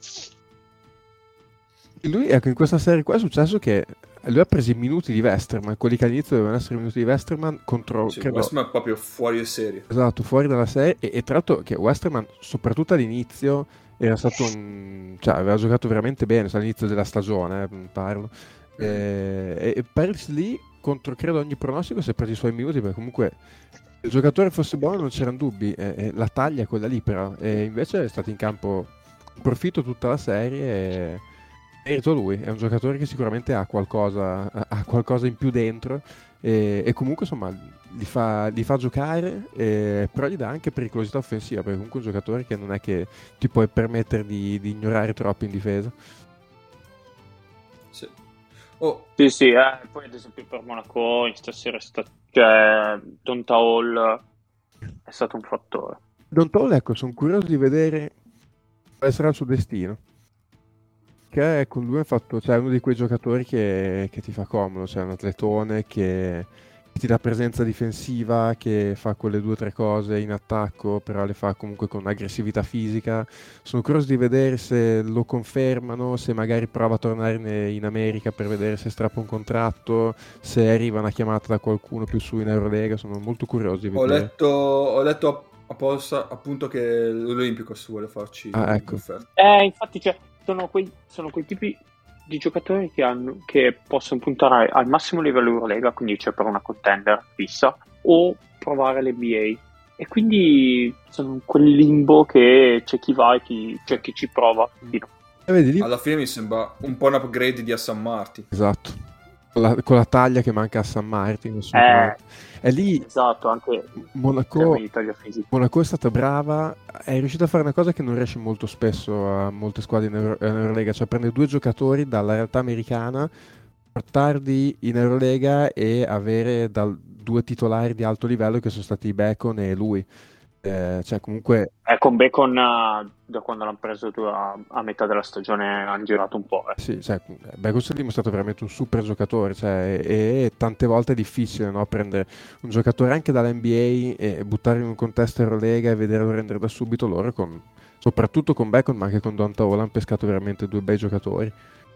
Lui, ecco, in questa serie qua è successo che lui ha preso i minuti di Westerman, quelli che all'inizio dovevano essere i minuti di Westerman contro, Sì, credo, Westman è proprio fuori di serie. esatto, fuori dalla serie e, e tra l'altro che Westerman soprattutto all'inizio era stato un, cioè aveva giocato veramente bene, cioè, all'inizio della stagione eh, parlo e, e, e Paris Lee contro credo ogni pronostico si è preso i suoi minuti perché comunque il giocatore fosse buono non c'erano dubbi e, e la taglia è quella lì però e invece è stato in campo profitto tutta la serie e, merito a lui, è un giocatore che sicuramente ha qualcosa, ha qualcosa in più dentro e, e comunque insomma li fa, li fa giocare, eh, però gli dà anche pericolosità offensiva, perché comunque è un giocatore che non è che ti puoi permettere di, di ignorare troppo in difesa. Sì. Oh. Sì, sì, eh, poi ad esempio per Monaco in stasera è stato, cioè, Donta Hall è stato un fattore. Donta Hall, ecco, sono curioso di vedere quale sarà il suo destino. Che con lui è fatto, cioè, uno di quei giocatori che, che ti fa comodo, cioè un atletone che, che ti dà presenza difensiva, che fa quelle due o tre cose in attacco, però le fa comunque con aggressività fisica. Sono curioso di vedere se lo confermano, se magari prova a tornare in America per vedere se strappa un contratto, se arriva una chiamata da qualcuno più su in Eurolega. Sono molto curioso di Ho vedere. letto, ho letto apposta appunto che l'Olympicos vuole farci Ah, ecco. un'offerta. Eh, infatti, cioè, sono quei, sono quei tipi di giocatori che, hanno, che possono puntare al massimo livello Eurolega, quindi c'è per una contender fissa, o provare l'N B A. E quindi sono in quel limbo che c'è chi va e chi, c'è chi ci prova. Chi no. E vedi lì? Alla fine mi sembra un po' un upgrade di Hassan Martin. Esatto. Con la, con la taglia che manca a San Martin. Eh, è lì esatto, anche Monaco, in taglia fisica. Monaco è stata brava, è riuscita a fare una cosa che non riesce molto spesso a molte squadre in, Euro, in Eurolega, cioè prendere due giocatori dalla realtà americana, portarli in Eurolega e avere dal, due titolari di alto livello che sono stati Bacon e lui. Eh, cioè comunque eh, con Bacon uh, da quando l'hanno preso a, a metà della stagione hanno girato un po', eh. sì, cioè, Bacon si è dimostrato veramente un super giocatore, cioè, e, e tante volte è difficile, no, prendere un giocatore anche dall'N B A e buttarlo in un contesto Eurolega e vederlo rendere da subito. Loro con, soprattutto con Bacon ma anche con Donta Hall hanno pescato veramente due bei giocatori.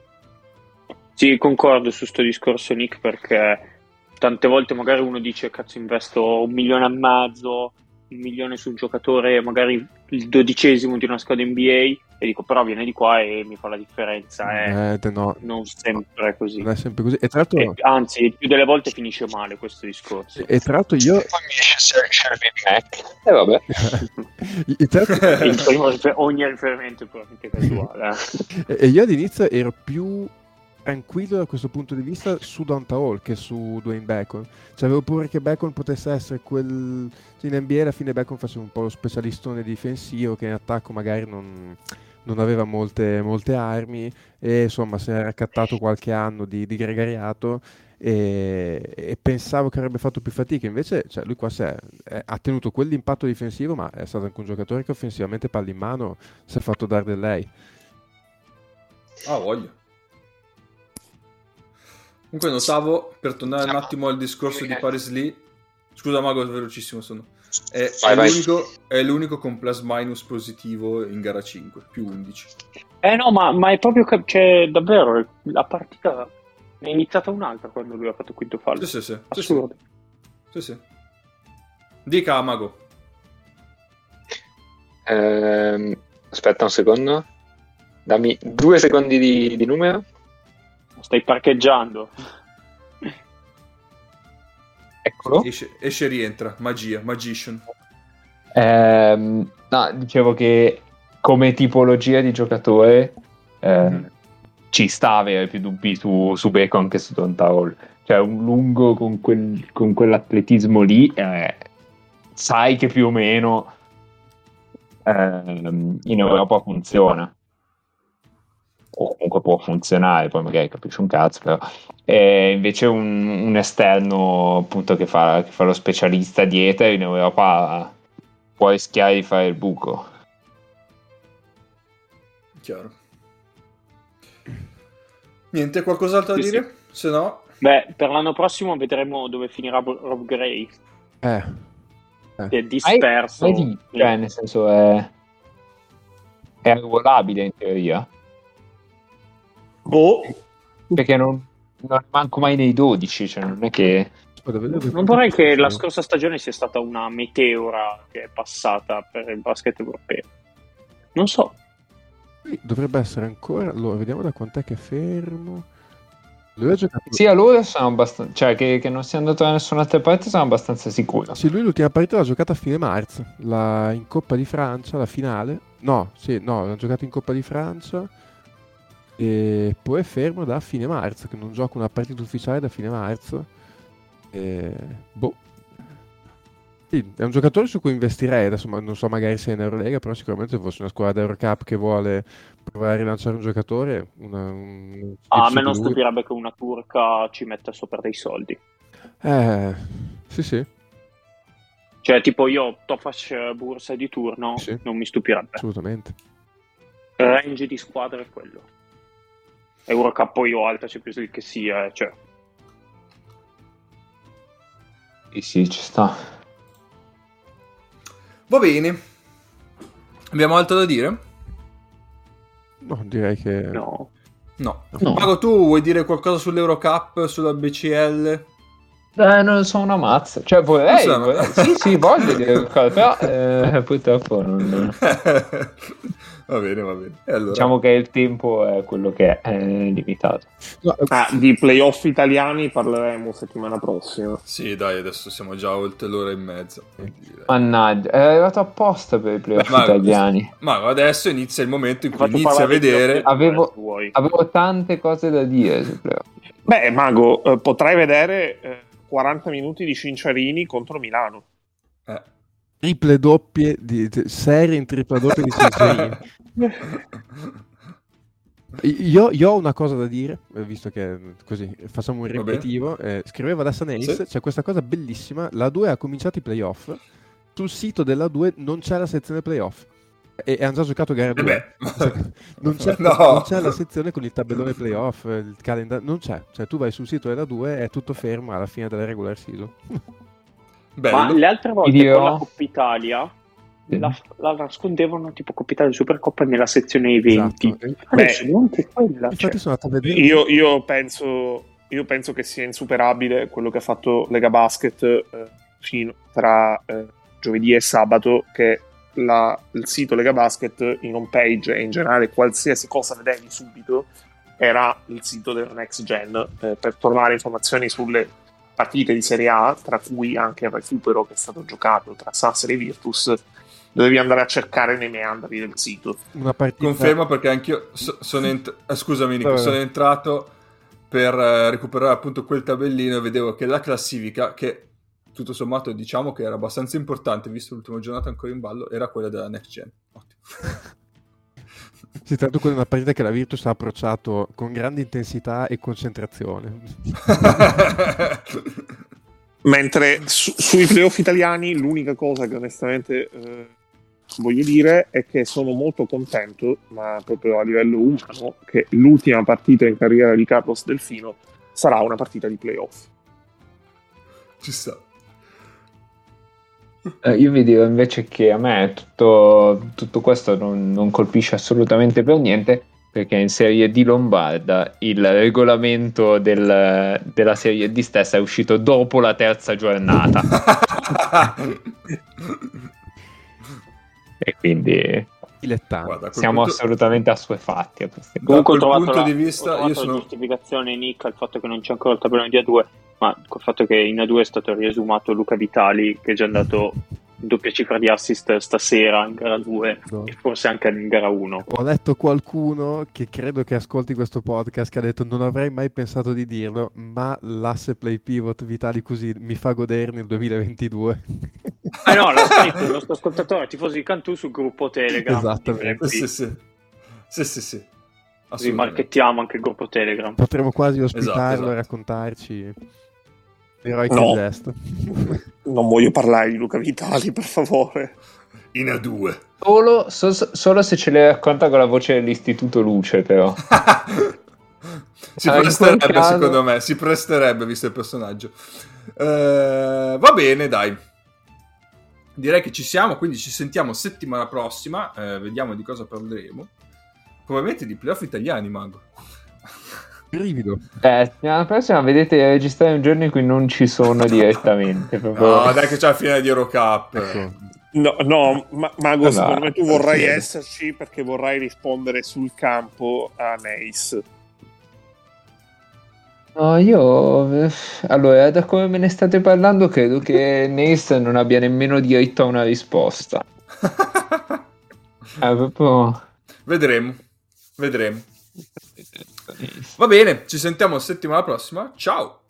Sì, concordo su sto discorso, Nick, perché tante volte magari uno dice cazzo investo un milione e mezzo un milione su un giocatore, magari il dodicesimo di una squadra N B A, e dico però viene di qua e mi fa la differenza. Eh, no, non sempre è così. Non è sempre così. E tra l'altro, e, anzi, più delle volte finisce male questo discorso. E tra l'altro io... Poi mi esce Shelby Mac. E vabbè. e tra l'altro... Il primo rifer- ogni riferimento è puramente casuale. Eh. E io all'inizio ero più tranquillo da questo punto di vista su Donta Hall che su Dwayne Bacon. Cioè, avevo paura che Bacon potesse essere quel... in N B A alla fine Bacon faceva un po' lo specialistone difensivo che in attacco magari non, non aveva molte, molte armi e insomma si era accattato qualche anno di, di gregariato e, e pensavo che avrebbe fatto più fatica. Invece cioè, lui qua si è, è, ha tenuto quell'impatto difensivo, ma è stato anche un giocatore che offensivamente palla in mano si è fatto dare del lei. Ah, voglio. Comunque notavo, per tornare un attimo al discorso di Paris Lee, scusa Mago, velocissimo sono, è, vai, è, vai. l'unico, è l'unico con plus minus positivo in gara cinque, più undici. Eh no, ma, ma è proprio, cioè, davvero, la partita è iniziata un'altra quando lui ha fatto quinto fallo. Sì, sì, sì. Assurdo. Sì, sì. Dica, Mago. Ehm, aspetta un secondo. Dammi due secondi di, di numero. Stai parcheggiando. Eccolo. Esce, esce e rientra. Magia, magician. Ehm, no, dicevo che come tipologia di giocatore eh, Mm. ci sta avere più dubbi su, su Bacon che su Donta Hall. Cioè un lungo con, quel, con quell'atletismo lì, eh, sai che più o meno ehm, in Europa funziona. O comunque può funzionare, poi magari capisci un cazzo, però e invece un, un esterno appunto che fa, che fa lo specialista dietro in Europa può rischiare di fare il buco. Chiaro. Niente, qualcos'altro da Sì, dire? Se no... Beh, per l'anno prossimo vedremo dove finirà Rob Gray. Eh. Che è disperso. Hai, hai cioè, nel senso è è arruolabile in teoria. Boh. Perché non, non manco mai nei dodici, cioè non è che non vorrei che la scorsa stagione sia stata una meteora che è passata per il basket europeo. Non so. Dovrebbe essere ancora. Allora, vediamo da quant'è che è fermo. Lui ha giocato. sì, a loro sono abbastanza, cioè che, che non sia andato da nessun'altra parte sono abbastanza sicuro. Sì, lui l'ultima partita l'ha giocata a fine marzo, la... in Coppa di Francia, la finale. No, sì, no, l'ha giocata in Coppa di Francia. e poi è fermo da fine marzo, che non gioca una partita ufficiale da fine marzo. E... boh. Sì, è un giocatore su cui investirei, adesso non so magari se è in Eurolega, però sicuramente se fosse una squadra Eurocup che vuole provare a rilanciare un giocatore, una, un... Ah, a me non stupirebbe che una turca ci metta sopra dei soldi. Eh, sì sì. Cioè tipo io Tofaş Bursa di turno, sì, non mi stupirebbe. Assolutamente. Il range di squadra è quello. Eurocup poi o alta Champions League che sia, cioè. Sì, sì, ci sta. Va bene. Abbiamo altro da dire? No, direi che... No. No. No. Mago, tu vuoi dire qualcosa sull'Eurocup, sulla B C L? Eh, non so una mazza. Cioè, vorrei, Non so, vorrei- sì, sì, voglio dire qualcosa, però eh, purtroppo non... Va bene, va bene. E allora... Diciamo che il tempo è quello che è, è limitato. No, Ah, di playoff italiani parleremo settimana prossima. Sì, dai, adesso siamo già oltre l'ora e mezza. Mannaggia, è arrivato apposta per i playoff Ma- italiani. Ma adesso inizia il momento in cui Faccio inizi a parlare di vedere... playoff Avevo- se vuoi. Avevo tante cose da dire sui playoff. Beh, Mago, eh, potrai vedere eh, quaranta minuti di Cinciarini contro Milano. Eh. triple doppie di, di- serie in tripla doppia di Cinciarini. Io, io ho una cosa da dire, eh, visto che così facciamo un Va bene. ripetitivo. Eh, scriveva da Saneis, Sì. c'è questa cosa bellissima. La due ha cominciato i playoff. Sul sito della due non c'è la sezione playoff. E, e hanno già giocato gara Eh due. beh. Non c'è, No. non c'è la sezione con il tabellone playoff, il calendario. Non c'è. Cioè, tu vai sul sito della due e è tutto fermo alla fine della regular season. Bello. Ma le altre volte Io- con la Coppa Italia la, la nascondevano tipo Coppa Italia e Supercoppa nella sezione eventi. Esatto. Adesso Beh, neanche quella. Infatti Cioè. sono andato a vedere. Io, io penso, io penso che sia insuperabile quello che ha fatto Lega Basket eh, fino tra eh, giovedì e sabato, che la- il sito Lega Basket in home page e in generale qualsiasi cosa vedevi subito era il sito del Next Gen eh, per trovare informazioni sulle partite di Serie A, tra cui anche il recupero che è stato giocato tra Sassari e Virtus. Dovevi andare a cercare nei meandri del sito. Una partita... Confermo perché anch'io so- sono ent- eh, scusami Nico, Vabbè. sono entrato per eh, recuperare appunto quel tabellino e vedevo che la classifica, che tutto sommato diciamo che era abbastanza importante visto l'ultima giornata ancora in ballo, era quella della Next Gen. Ottimo. Si tratta di una partita che la Virtus ha approcciato con grande intensità e concentrazione. Mentre su- sui playoff italiani l'unica cosa che onestamente eh, voglio dire è che sono molto contento, ma proprio a livello umano, che l'ultima partita in carriera di Carlos Delfino sarà una partita di playoff. Ci sta. Eh, io vi dirò invece che a me tutto, tutto questo non, non colpisce assolutamente per niente, perché in Serie D Lombarda il regolamento del- della Serie D stessa è uscito dopo la terza giornata e quindi Dilettante. Guarda, a quel siamo punto- assolutamente assuefatti a queste cose. Comunque ho quel trovato, punto la, di vista, ho trovato io sono- la giustificazione Nick al fatto che non c'è ancora il tabellone di A due, ma col fatto che in A due è stato riesumato Luca Vitali, che è già andato in doppia cifra di assist stasera in gara due No. e forse anche in gara uno. Ho letto qualcuno che credo che ascolti questo podcast che ha detto non avrei mai pensato di dirlo, ma l'asse play pivot Vitali così mi fa godere nel duemilaventidue. Ah no, l'ha scritto il nostro ascoltatore tifoso di Cantù sul gruppo Telegram. Esattamente. Sì, sì. Sì, sì, sì. Così Assolutamente. marchettiamo anche il gruppo Telegram. Potremmo quasi ospitarlo Esatto, esatto. e raccontarci l'eroico No. gesto. Non voglio parlare di Luca Vitali, per favore. In A due. Solo, so- solo se ce le racconta con la voce dell'Istituto Luce, però. Si Ah, in presterebbe, quel caso- secondo me, si presterebbe visto il personaggio. Eh, va bene, dai. Direi che ci siamo, quindi ci sentiamo settimana prossima, eh, vediamo di cosa parleremo. Probabilmente di playoff italiani, Mago. Brivido. Eh, la prossima vedete registrare un giorno in cui non ci sono direttamente. Proprio. No, dai che c'è la finale di Eurocup. Ecco. No, no ma- Mago, Ah, secondo no, me tu vorrai sì. esserci perché vorrai rispondere sul campo a Neis. No, io... eh, Allora, da come me ne state parlando, credo che Nace non abbia nemmeno diritto a una risposta. È proprio... Vedremo, vedremo. Va bene, ci sentiamo la settimana prossima. Ciao!